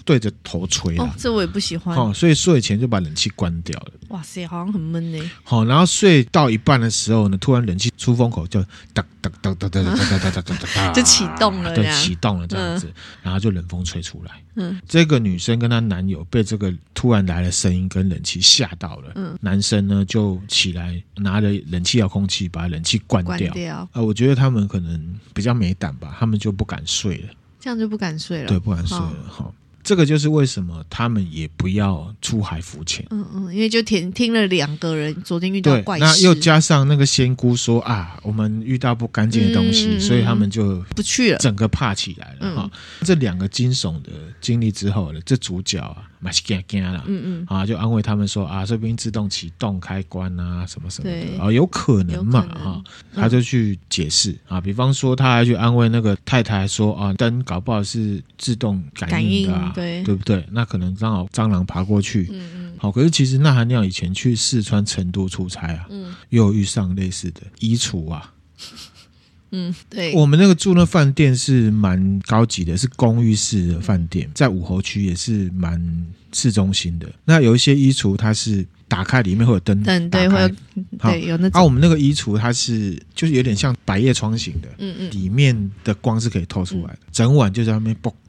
Speaker 1: 对着头吹啦、
Speaker 2: 哦，这我也不喜欢、
Speaker 1: 哦、所以睡前就把冷气关掉了。
Speaker 2: 哇塞，好像很闷呢。
Speaker 1: 好、然后睡到一半的时候呢，突然冷气出风口就哒哒哒哒哒哒哒哒哒哒哒，
Speaker 2: 就启动了，
Speaker 1: 对，启动了这样子、嗯，然后就冷风吹出来。
Speaker 2: 嗯，
Speaker 1: 这个女生跟她男友被这个突然来的声音跟冷气吓到了。嗯，男生呢就起来拿着冷气遥控器把冷气关掉。关掉。呃，我觉得他们可能比较没胆吧，他们就不敢睡了。
Speaker 2: 这样就不敢睡了。
Speaker 1: 对，不敢睡了。好、哦。这个就是为什么他们也不要出海浮潜。
Speaker 2: 嗯嗯，因为就听听了两个人昨天遇到怪事，
Speaker 1: 那又加上那个仙姑说啊，我们遇到不干净的东西、嗯，所以他们就
Speaker 2: 不去了，
Speaker 1: 整个怕起来了哈、嗯。这两个惊悚的经历之后呢，这主角啊，蛮是惊惊啦，嗯嗯，啊，就安慰他们说啊，这边自动启动开关啊，什么什么的啊，有可能嘛哈，他就去解释啊，比方说他还去安慰那个太太说啊，灯搞不好是自动感应的啊。对, 对不对？那可能刚好蟑螂爬过去，嗯嗯，好。可是其实那含亮以前去四川成都出差啊，嗯，又有遇上类似的衣橱啊，
Speaker 2: 嗯，对。
Speaker 1: 我们那个住那饭店是蛮高级的，是公寓式的饭店，在武侯区也是蛮市中心的。那有一些衣橱它是打开里面会有灯，
Speaker 2: 灯对，会有对有那种。
Speaker 1: 啊，我们那个衣橱它是就是有点像百叶窗型的，嗯嗯，里面的光是可以透出来的，嗯、整晚就在那边啵。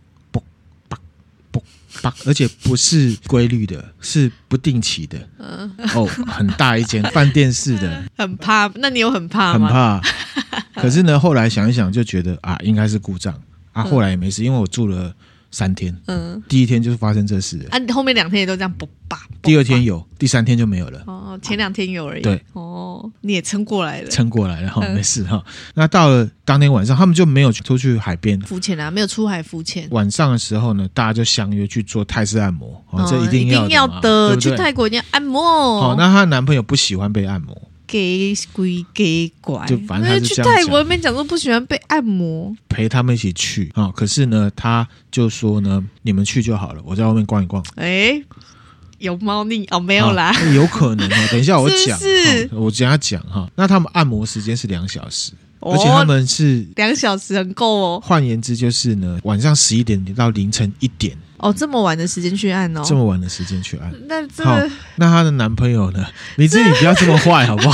Speaker 1: 而且不是规律的，是不定期的。嗯，哦，很大一间饭店式的，
Speaker 2: 很怕。那你有很怕吗？
Speaker 1: 很怕。可是呢，后来想一想，就觉得啊，应该是故障啊。后来也没事，因为我住了三天。嗯，第一天就是发生这事了。
Speaker 2: 啊，你后面两天也都这样啵吧？
Speaker 1: 第二天有，第三天就没有了。
Speaker 2: 哦，前两天有而已。
Speaker 1: 对，
Speaker 2: 哦，你也撑过来了，
Speaker 1: 撑过来了哈、嗯，没事哈。那到了当天晚上，他们就没有出去海边
Speaker 2: 浮潜啊，没有出海浮潜。
Speaker 1: 晚上的时候呢，大家就相约去做泰式按摩，哦，这一定要的嘛，
Speaker 2: 一定要的，对不对？去泰国一定要按摩。
Speaker 1: 好、哦，那她男朋友不喜欢被按摩。
Speaker 2: 给鬼给拐，
Speaker 1: 就反正他是这样讲。
Speaker 2: 去泰国那边讲说不喜欢被按摩，
Speaker 1: 陪他们一起去啊、哦。可是呢，他就说呢，你们去就好了，我在外面逛一逛。
Speaker 2: 哎，有猫腻哦，没有啦，
Speaker 1: 哦、有可能哦。等一下我讲，
Speaker 2: 是是
Speaker 1: 哦、我等一下讲哈。那他们按摩时间是两小时。而且他们是
Speaker 2: 两小时很够哦。
Speaker 1: 换言之，就是呢，晚上十一点到凌晨一点。
Speaker 2: 哦，这么晚的时间去按哦，
Speaker 1: 这么晚的时间去按。
Speaker 2: 那这
Speaker 1: 好，那她的男朋友呢？你自己不要这么坏，好不好？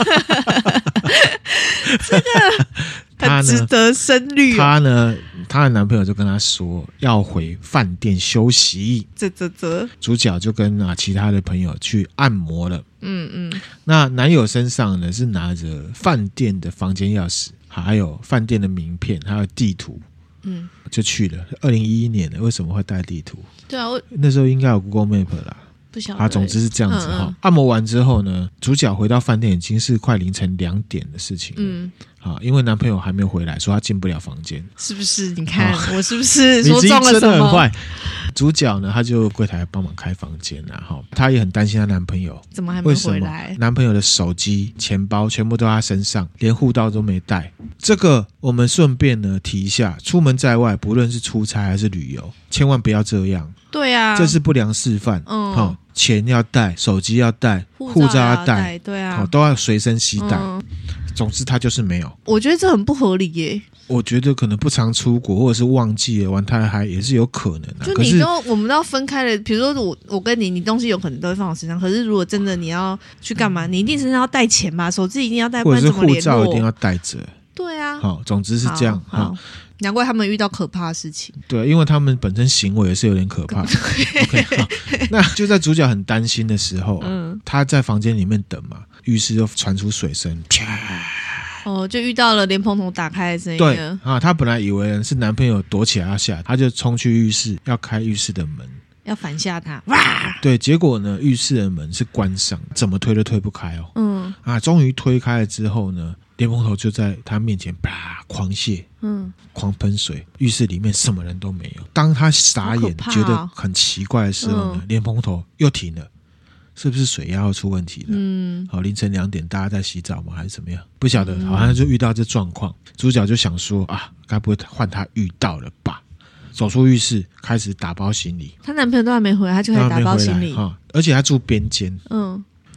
Speaker 2: 这个很值得深虑、哦。
Speaker 1: 她呢，她的男朋友就跟她说要回饭店休息。
Speaker 2: 这这这，
Speaker 1: 主角就跟啊其他的朋友去按摩了。嗯嗯，那男友身上呢是拿着饭店的房间钥匙，还有饭店的名片，还有地图。嗯，就去了。二零一一年了，为什么会带地图？
Speaker 2: 对啊，我
Speaker 1: 那时候应该有 Google Map 啦。
Speaker 2: 不晓得。
Speaker 1: 啊，总之是这样子哈、嗯嗯。按摩完之后呢，主角回到饭店已经是快凌晨两点的事情了。嗯，啊，因为男朋友还没有回来，说他进不了房间。
Speaker 2: 是不是？你看、啊、我是不是说中了什么？
Speaker 1: 你真的很坏。主角呢，他就柜台帮忙开房间啊，哈，她也很担心她男朋友
Speaker 2: 怎么还没回来。
Speaker 1: 男朋友的手机、钱包全部都在他身上，连护照都没带。这个我们顺便呢提一下，出门在外，不论是出差还是旅游，千万不要这样。
Speaker 2: 对啊，
Speaker 1: 这是不良示范。嗯，好、哦，钱要带，手机要带，护照要带，
Speaker 2: 对啊，
Speaker 1: 好、哦，都要随身携带。嗯、总之，他就是没有。
Speaker 2: 我觉得这很不合理耶。
Speaker 1: 我觉得可能不常出国，或者是忘记了玩太嗨，也是有可能的、啊。
Speaker 2: 就你都我们都要分开了，比如说我我跟你，你东西有可能都会放我身上，可是如果真的你要去干嘛，你一定身上要带钱嘛，手机一定要带，
Speaker 1: 或者是护照一定要带着。
Speaker 2: 对啊，
Speaker 1: 好，总之是这样。
Speaker 2: 好，好难怪他们遇到可怕的事情。
Speaker 1: 对，因为他们本身行为也是有点可怕。OK， 好，那就在主角很担心的时候、啊，嗯，他在房间里面等嘛，浴室就传出水声，啪。
Speaker 2: 哦，就遇到了莲蓬头打开的声音。
Speaker 1: 对啊，她本来以为是男朋友躲起来要下，她就冲去浴室要开浴室的门，
Speaker 2: 要反吓他。哇！
Speaker 1: 对，结果呢，浴室的门是关上，怎么推都推不开哦。嗯啊，终于推开了之后呢，莲蓬头就在她面前啪狂泻，嗯，狂喷水，浴室里面什么人都没有。当她傻眼、哦、觉得很奇怪的时候呢，莲蓬头又停了。是不是水压要出问题了？嗯，好，凌晨两点大家在洗澡吗？还是怎么样？不晓得，好像就遇到这状况。主角就想说啊，该不会换他遇到了吧？走出浴室，开始打包行李。
Speaker 2: 她男朋友都还没回来，她就开始打包行李。
Speaker 1: 而且她住边间，嗯，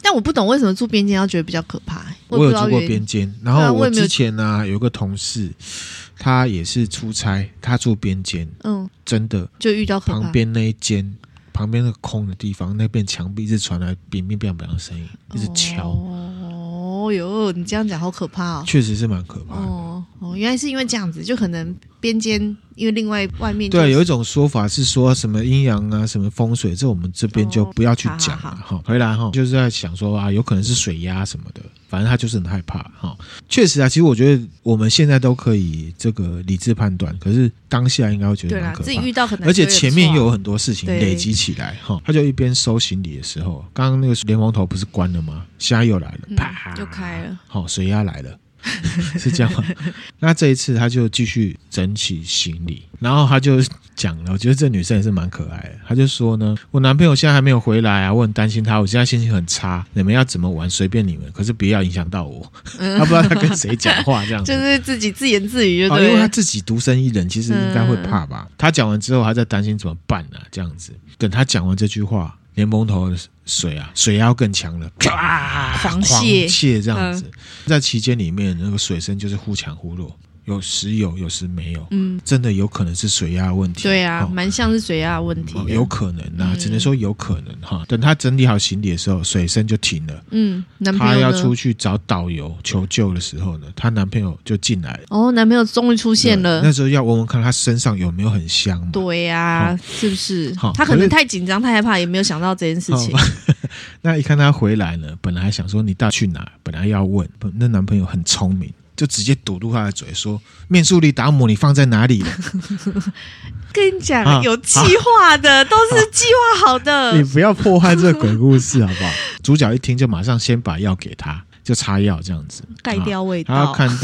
Speaker 2: 但我不懂为什么住边间要觉得比较可怕、欸、我,
Speaker 1: 我有住过边间，然后我之前呢、啊、有个同事，他也是出差，他住边间，嗯，真的
Speaker 2: 就遇到可怕
Speaker 1: 旁边那一间。旁边那个空的地方，那边墙壁一直传来乒乒乓乓的声音，一直敲。
Speaker 2: 哦哟，你这样讲好可怕哦！
Speaker 1: 确实是蛮可怕的。
Speaker 2: 哦哦，原来是因为这样子，就可能边间，因为另外外面、就是、
Speaker 1: 对，有一种说法是说什么阴阳啊，什么风水，这我们这边就不要去讲了哈、哦。回来哈，就是在想说啊，有可能是水压什么的，反正他就是很害怕哈。确实啊，其实我觉得我们现在都可以这个理智判断，可是当下应该会觉得蛮可怕，
Speaker 2: 自己遇到可能，
Speaker 1: 而且前面又有很多事情累积起来哈。他就一边收行李的时候，刚刚那个莲蓬头不是关了吗？现在又来了，啪、
Speaker 2: 嗯，就开了，
Speaker 1: 好、哦，水压来了。是这样吗？那这一次他就继续整起行李，然后他就讲了，我觉得这女生也是蛮可爱的。他就说呢，我男朋友现在还没有回来啊，我很担心他，我现在心情很差，你们要怎么玩随便你们，可是不要影响到我。嗯、他不知道他跟谁讲话，这样子
Speaker 2: 就是自己自言自语就对了、
Speaker 1: 哦，因为他自己独身一人，其实应该会怕吧。嗯、他讲完之后，他在担心怎么办啊，这样子。等他讲完这句话，莲蓬头的水啊，水压更强了，啪，
Speaker 2: 狂泻，
Speaker 1: 狂泻这样子。嗯、在期间里面，那个水声就是忽强忽弱，有时有，有时没有。嗯，真的有可能是水压问题。
Speaker 2: 对啊，蛮、哦、像是水压的问题、哦。
Speaker 1: 有可能啊，嗯、只能说有可能哈。等他整理好行李的时候，水声就停了。嗯，男朋友他要出去找导游求救的时候呢，她男朋友就进来了。
Speaker 2: 哦，男朋友终于出现了。
Speaker 1: 那时候要闻闻看他身上有没有很香嘛。
Speaker 2: 对啊，哦、是不是？他可能太紧张、太害怕，也没有想到这件事情。
Speaker 1: 那一看他回来呢，本来还想说你到底去哪，本来要问，那男朋友很聪明，就直接堵住他的嘴说：“面速力达姆你放在哪里了？”
Speaker 2: 跟你讲、啊，有计划的，都是计划好的。
Speaker 1: 你不要破坏这个鬼故事好不好？主角一听就马上先把药给他，就擦药这样子，
Speaker 2: 盖掉味道。
Speaker 1: 他要看到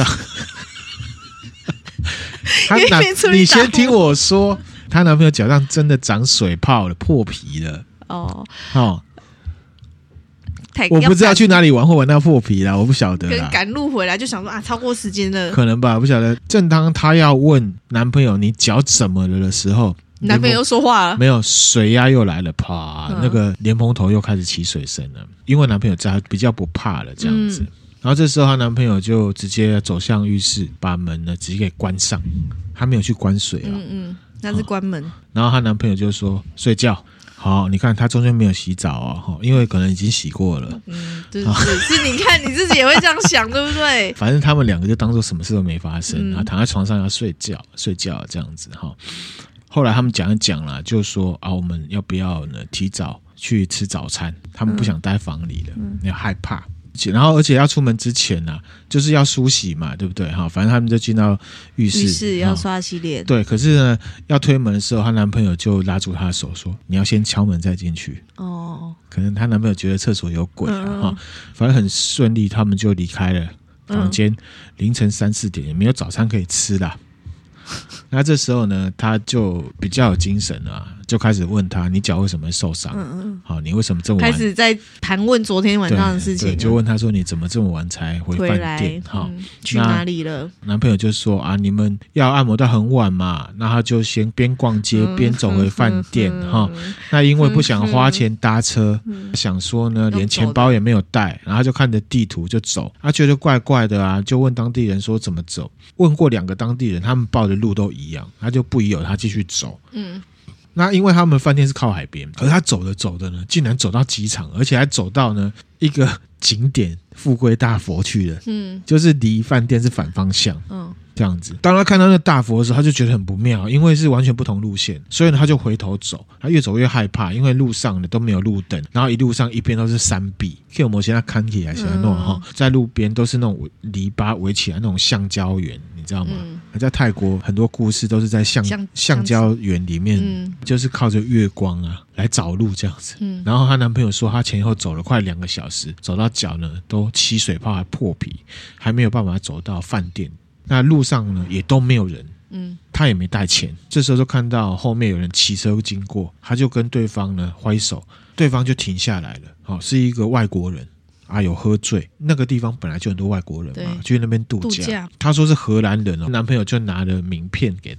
Speaker 1: 他男，你先听我说，她男朋友脚上真的长水泡了，破皮了。哦哦。我不知道去哪里玩会玩到破皮啦，我不晓得啦。
Speaker 2: 跟赶路回来就想说啊，超过时间了，
Speaker 1: 可能吧，不晓得。正当她要问男朋友你脚怎么了的时候，
Speaker 2: 男朋友又说话了，
Speaker 1: 没有，水压又来了，啪，嗯、那个莲蓬头又开始起水声了。因为男朋友在，比较不怕了这样子。嗯、然后这时候她男朋友就直接走向浴室，把门呢直接给关上，他没有去关水啊、哦，
Speaker 2: 嗯嗯，那是关门。
Speaker 1: 然后她男朋友就说睡觉。好，你看他中间没有洗澡哦，因为可能已经洗过了。嗯，
Speaker 2: 对对对，是你看你自己也会这样想，对不对？
Speaker 1: 反正他们两个就当做什么事都没发生，嗯、然后躺在床上要睡觉，睡觉这样子哈。后来他们讲一讲啦，就说啊，我们要不要呢提早去吃早餐？他们不想待房里了，嗯、要害怕。然后而且要出门之前啊，就是要梳洗嘛，对不对？哈，反正他们就进到浴室，
Speaker 2: 浴室要刷洗脸。
Speaker 1: 对，可是呢，要推门的时候，她男朋友就拉住她的手说：“你要先敲门再进去。”哦，可能她男朋友觉得厕所有鬼啊，哈、嗯，反正很顺利，他们就离开了房间。嗯、凌晨三四点也没有早餐可以吃啦。那这时候呢，他就比较有精神了、啊，就开始问他：“你脚为什么会受伤？嗯嗯，好，你为什么这么晚？”
Speaker 2: 开始在盘问昨天晚上的事情。
Speaker 1: 对，对就问他说：“你怎么这么晚才回饭店？好、
Speaker 2: 嗯，去哪里了？”
Speaker 1: 男朋友就说：“啊，你们要按摩到很晚嘛，那他就先边逛街边走回饭店哈、嗯。那因为不想花钱搭车，嗯、想说呢，连钱包也没有带，然后就看着地图就走。他觉得怪怪的啊，就问当地人说怎么走。问过两个当地人，他们报的路都一样，他就不疑有他继续走。嗯。那因为他们饭店是靠海边，可是他走着走着呢，竟然走到机场，而且还走到呢一个景点富贵大佛去了，嗯，就是离饭店是反方向，嗯，这样子。当他看到那大佛的时候，他就觉得很不妙，因为是完全不同路线，所以呢他就回头走，他越走越害怕，因为路上呢都没有路灯，然后一路上一边都是山壁，看有没有现在看起来现在那种哈，在路边都是那种篱笆围起来那种橡胶园。你知道吗？嗯、在泰国很多故事都是在橡橡胶园里面，嗯、就是靠着月光啊来找路这样子。嗯、然后她男朋友说，她前后走了快两个小时，走到脚呢都起水泡还破皮，还没有办法走到饭店。那路上呢也都没有人，嗯，她也没带钱。这时候就看到后面有人骑车经过，她就跟对方呢挥手，对方就停下来了。好、哦，是一个外国人。啊，有喝醉，那个地方本来就很多外国人嘛，去那边度假。度假他说是荷兰人哦，男朋友就拿了名片给他，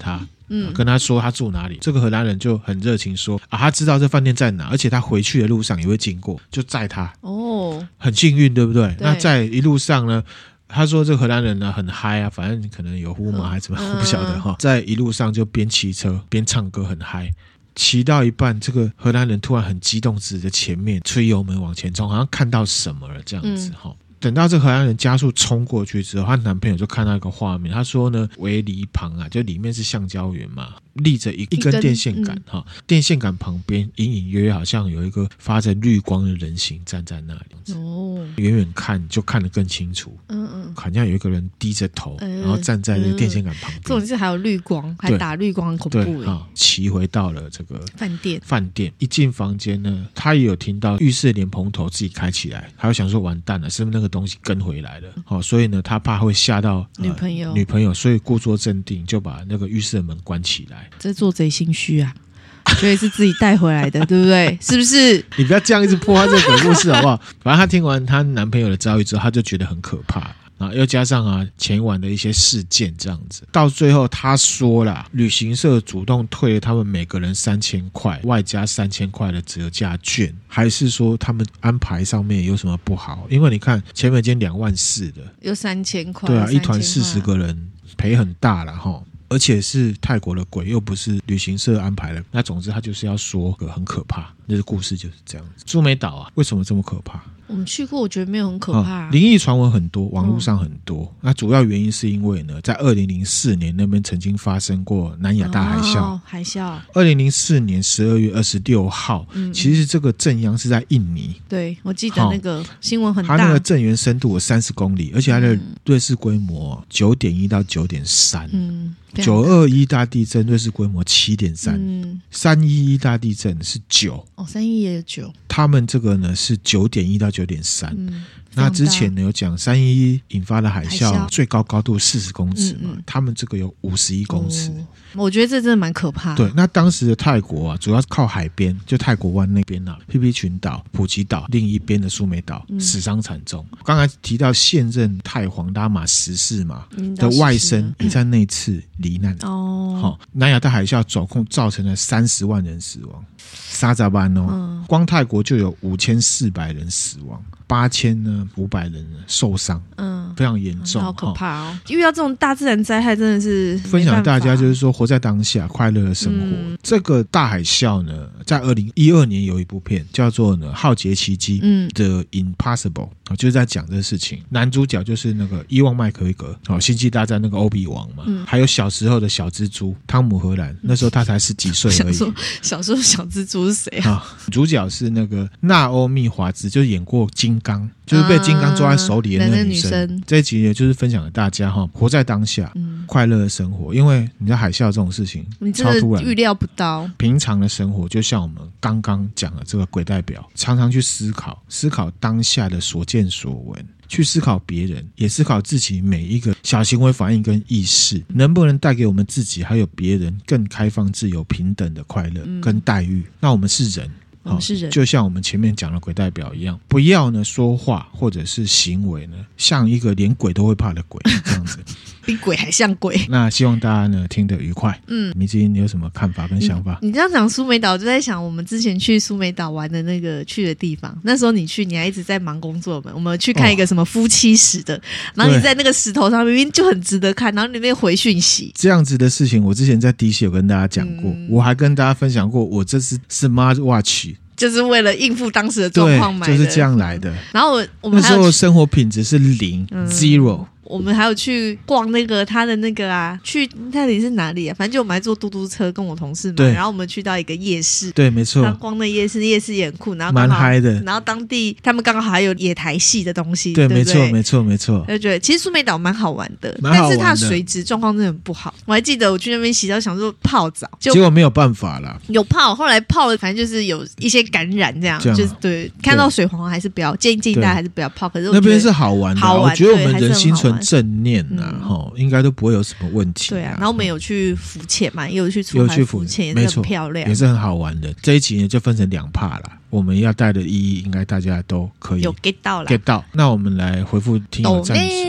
Speaker 1: 嗯，跟他说他住哪里，这个荷兰人就很热情说啊，他知道这饭店在哪，而且他回去的路上也会经过，就载他。哦，很幸运，对不对？对，那在一路上呢，他说这个荷兰人呢很嗨啊，反正可能有呼嘛还是怎么样，我不晓得哈。在一路上就边骑车边唱歌，很嗨。骑到一半，这个荷兰人突然很激动，指着前面吹油门往前冲，好像看到什么了这样子哈。嗯，等到这荷兰人加速冲过去之后，她男朋友就看到一个画面，他说呢，围篱旁啊，就里面是橡胶园嘛，立着一一根电线杆哈、嗯，电线杆旁边隐隐约约好像有一个发着绿光的人形站在那里。哦，远远看就看得更清楚。嗯嗯，好像有一个人低着头，嗯、然后站在这个电线杆旁边。
Speaker 2: 重点是还有绿光，还打绿光，很恐怖。对啊，
Speaker 1: 骑回到了这个
Speaker 2: 饭店。
Speaker 1: 饭店一进房间呢，他也有听到浴室莲蓬头自己开起来，他就想说完蛋了，是不是那个东西跟回来了？好、哦，所以呢，他怕会吓到、呃、
Speaker 2: 女朋友，
Speaker 1: 女朋友，所以故作镇定，就把那个浴室的门关起来。
Speaker 2: 这做贼心虚啊！所以是自己带回来的，对不对？是不是？
Speaker 1: 你不要这样一直破坏这个鬼故事好不好？反正她听完她男朋友的遭遇之后，她就觉得很可怕。然后又加上啊前晚的一些事件这样子，到最后他说啦，旅行社主动退了他们每个人三千块，外加三千块的折价券，还是说他们安排上面有什么不好？因为你看前面已经两万四的，
Speaker 2: 有三千块，
Speaker 1: 对啊，一团四十个人赔很大了哈。而且是泰国的鬼，又不是旅行社安排的。那总之他就是要说个很可怕，那个故事就是这样子。苏梅岛啊，为什么这么可怕？
Speaker 2: 我们去过，我觉得没有很可怕、啊。
Speaker 1: 灵异传闻很多，网络上很多、哦。那主要原因是因为呢，在二零零四年那边曾经发生过南亚大海啸。
Speaker 2: 哦、海啸。
Speaker 1: 二零零四年十二月二十六号、嗯，其实这个震央是在印尼。
Speaker 2: 对，我记得那个新闻很大。
Speaker 1: 它那个震源深度有三十公里，而且它的瑞士规模九点一到九点三。嗯。九二一大地震瑞士规模 七点三， 三一一大地震是九，
Speaker 2: 哦，三一一也有九，
Speaker 1: 他们这个呢是九点一到九点三。那之前呢有讲三一一引发的海啸最高高度四十公尺嘛，嗯嗯，他们这个有五十一公尺、哦，
Speaker 2: 我觉得这真的蛮可怕的。
Speaker 1: 对，那当时的泰国啊，主要是靠海边，就泰国湾那边啊，皮皮群岛、普吉岛，另一边的苏梅岛、嗯、死伤惨重。刚才提到现任泰皇拉玛十四嘛的外甥也在那次罹难。哦，好，南亚大海啸总共造成了三十万人死亡，沙扎班哦、嗯，光泰国就有五千四百人死亡。八千呢，五百人受伤，嗯，非常严重，
Speaker 2: 好可怕哦！遇到这种大自然灾害，真的是
Speaker 1: 分享大家，就是说活在当下，快乐的生活。嗯、这个大海啸呢，在二零一二年有一部片叫做呢《浩劫奇迹》的 Impossible， 就是在讲这个事情。男主角就是那个伊旺麦克维格，哦，星际大战那个欧比王嘛，嗯、还有小时候的小蜘蛛汤姆荷兰，那时候他才十几岁而已。
Speaker 2: 小时候小蜘蛛是谁啊？
Speaker 1: 啊主角是那个娜欧密华兹，就演过金刚，就是被金刚抓在手里的那个女生。嗯、这一集呢，就是分享给大家哈，活在当下，嗯、快乐的生活。因为你知道海啸这种事情，
Speaker 2: 你真的预料不到。
Speaker 1: 平常的生活，就像我们刚刚讲的这个鬼代表，常常去思考，思考当下的所见所闻。去思考别人，也思考自己每一个小行为反应跟意识，能不能带给我们自己还有别人更开放、自由、平等的快乐跟待遇。嗯、那我们是人。
Speaker 2: 我们是人、哦、
Speaker 1: 就像我们前面讲的鬼代表一样，不要呢说话或者是行为呢像一个连鬼都会怕的鬼这样子
Speaker 2: 比鬼还像鬼。
Speaker 1: 那希望大家呢听得愉快。嗯，米之音你有什么看法跟想法？
Speaker 2: 你, 你这样讲苏梅岛，我就在想我们之前去苏梅岛玩的那个去的地方，那时候你去你还一直在忙工作嘛，我们去看一个什么夫妻石的、哦、然后你在那个石头上明明就很值得看，然后里面回讯息
Speaker 1: 这样子的事情，我之前在 D C 有跟大家讲过、嗯、我还跟大家分享过我这是 Smart Watch，
Speaker 2: 就是为了应付当时的状况买的，
Speaker 1: 就是这样来的。
Speaker 2: 然后我我们
Speaker 1: 那时候生活品质是零、嗯、zero。
Speaker 2: 我们还有去逛那个他的那个啊，去那里是哪里啊？反正就我们还坐嘟嘟车跟我同事嘛，然后我们去到一个夜市，
Speaker 1: 对，没错，
Speaker 2: 逛那夜市，夜市也很酷，然后
Speaker 1: 蛮嗨的。
Speaker 2: 然后当地他们刚好还有野台戏的东西，
Speaker 1: 对，
Speaker 2: 对不对？
Speaker 1: 没错，没错，没错。
Speaker 2: 就觉得其实苏梅岛蛮好玩的，
Speaker 1: 蛮好玩的，
Speaker 2: 但是它的水质状况真的很不好。我还记得我去那边洗澡，想说泡澡，
Speaker 1: 结果没有办法啦，
Speaker 2: 有泡，后来泡了，反正就是有一些感染这样，这样就是对，看到水黄还是不要，建议建议大家还是不要泡。可是我
Speaker 1: 那边是好玩的、啊，好玩，我觉得我们人心存正念。嗯哦、应该都不会有什么问题、啊。
Speaker 2: 对啊，然后我们有去浮潜嘛，也有去出海浮潜，也是很漂亮，
Speaker 1: 也是很好玩的。这一集呢就分成两 part 啦，我们要带的意义应该大家都可以
Speaker 2: 有 get 到了
Speaker 1: get 到。那我们来回复听友赞助。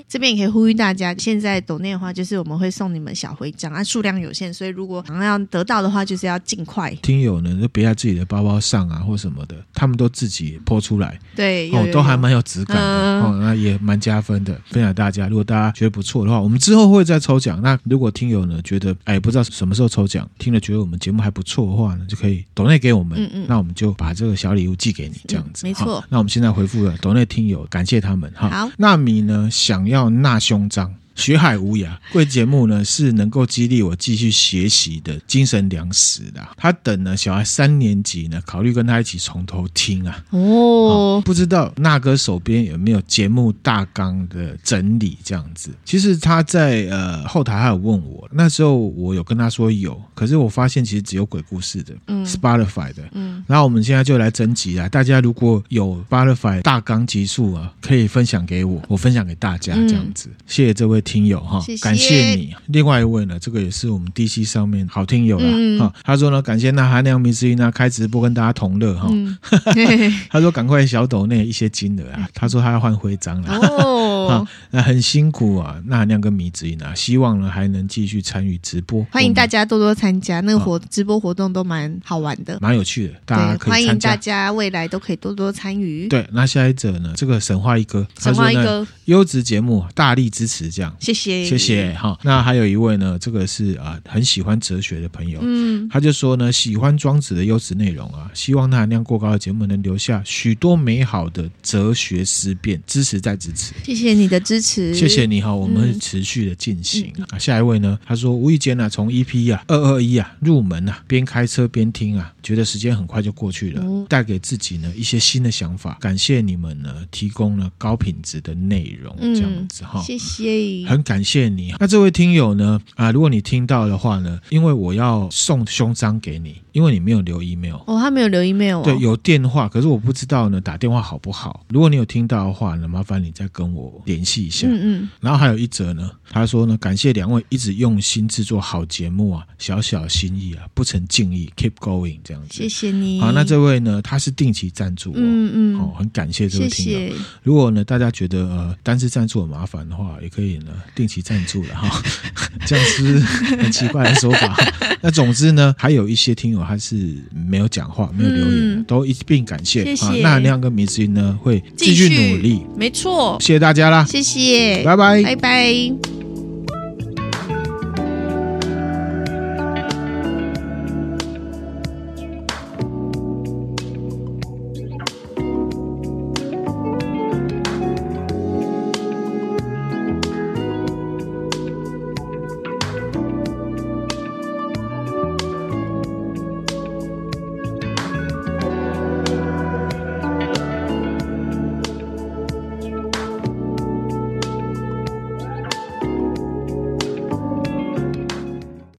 Speaker 2: 这边也可以呼吁大家，现在抖内的话就是我们会送你们小徽章啊，数量有限，所以如果想要得到的话就是要尽快。
Speaker 1: 听友呢就别在自己的包包上啊或什么的，他们都自己po出来，
Speaker 2: 对，有有有
Speaker 1: 哦，都还蛮有质感的、嗯、哦，那也蛮加分的，分享大家。如果大家觉得不错的话，我们之后会再抽奖。那如果听友呢觉得哎不知道什么时候抽奖，听了觉得我们节目还不错的话呢，就可以抖内给我们，嗯嗯，那我们就把这个小礼物寄给你，这样子、
Speaker 2: 嗯、没错。
Speaker 1: 那我们现在回复了抖内听友，感谢他们哈。
Speaker 2: 好，
Speaker 1: 纳米呢想要纳胸章。学海无涯，贵节目呢是能够激励我继续学习的精神粮食的。他等呢小孩三年级呢，考虑跟他一起从头听啊。哦，哦不知道那哥手边有没有节目大纲的整理这样子？其实他在呃后台还有问我，那时候我有跟他说有，可是我发现其实只有鬼故事的，嗯 ，Spotify 的，嗯，然后我们现在就来征集啊，大家如果有 Spotify 大纲集数啊，可以分享给我，我分享给大家这样子。嗯、谢谢这位听友哈，
Speaker 2: 谢谢
Speaker 1: 感谢你。另外一位呢，这个也是我们 D C 上面好听友啦、嗯哦、他说呢，感谢那含量迷之音呢开直播跟大家同乐哈。嗯、他说赶快小抖内一些金额啊，他说他要换徽章了。哦，哦那很辛苦啊，那含量跟迷之音啊，希望呢还能继续参与直播，
Speaker 2: 欢迎大家多多参加，那个活、哦、直播活动都蛮好玩的，
Speaker 1: 蛮有趣的，大家可以参加，
Speaker 2: 欢迎大家未来都可以多多参与。
Speaker 1: 对，那下一则呢，这个神话一哥，
Speaker 2: 神话一哥
Speaker 1: 优质节目大力支持，这样
Speaker 2: 谢谢。
Speaker 1: 谢谢哈。那还有一位呢，这个是啊很喜欢哲学的朋友，嗯，他就说呢，喜欢庄子的优质内容啊，希望那含量过高的节目能留下许多美好的哲学思辨，支持再支持。
Speaker 2: 谢谢你的支持，
Speaker 1: 谢谢你哈，我们会持续的进行、嗯、啊。下一位呢，他说无意间啊，从 E P 啊二二一啊入门啊，边开车边听啊，觉得时间很快就过去了，哦、带给自己呢一些新的想法。感谢你们呢提供了高品质的内容，嗯、这样子哈，
Speaker 2: 谢谢，
Speaker 1: 很感谢你。那这位听友呢啊，如果你听到的话呢，因为我要送胸章给你，因为你没有留 email
Speaker 2: 哦，他没有留 email 哦，
Speaker 1: 对，有电话，可是我不知道呢打电话好不好。如果你有听到的话呢，麻烦你再跟我联系一下。嗯嗯。然后还有一则呢，他说呢，感谢两位一直用心制作好节目啊，小小心意啊，不成敬意 ，keep going 这样子。
Speaker 2: 谢谢你。
Speaker 1: 好，那这位呢，他是定期赞助哦，嗯嗯，哦，很感谢这位听友。谢谢。如果呢大家觉得呃单次赞助很麻烦的话，也可以呢定期赞助了哈，这样是很奇怪的说法。那总之呢，还有一些听友他是没有讲话，没有留言的，嗯、都一并感谢。
Speaker 2: 谢谢。
Speaker 1: 啊、那含量跟迷之音呢会继续努力，
Speaker 2: 没错。
Speaker 1: 谢谢大家啦，
Speaker 2: 谢谢，
Speaker 1: 拜拜，
Speaker 2: 拜拜。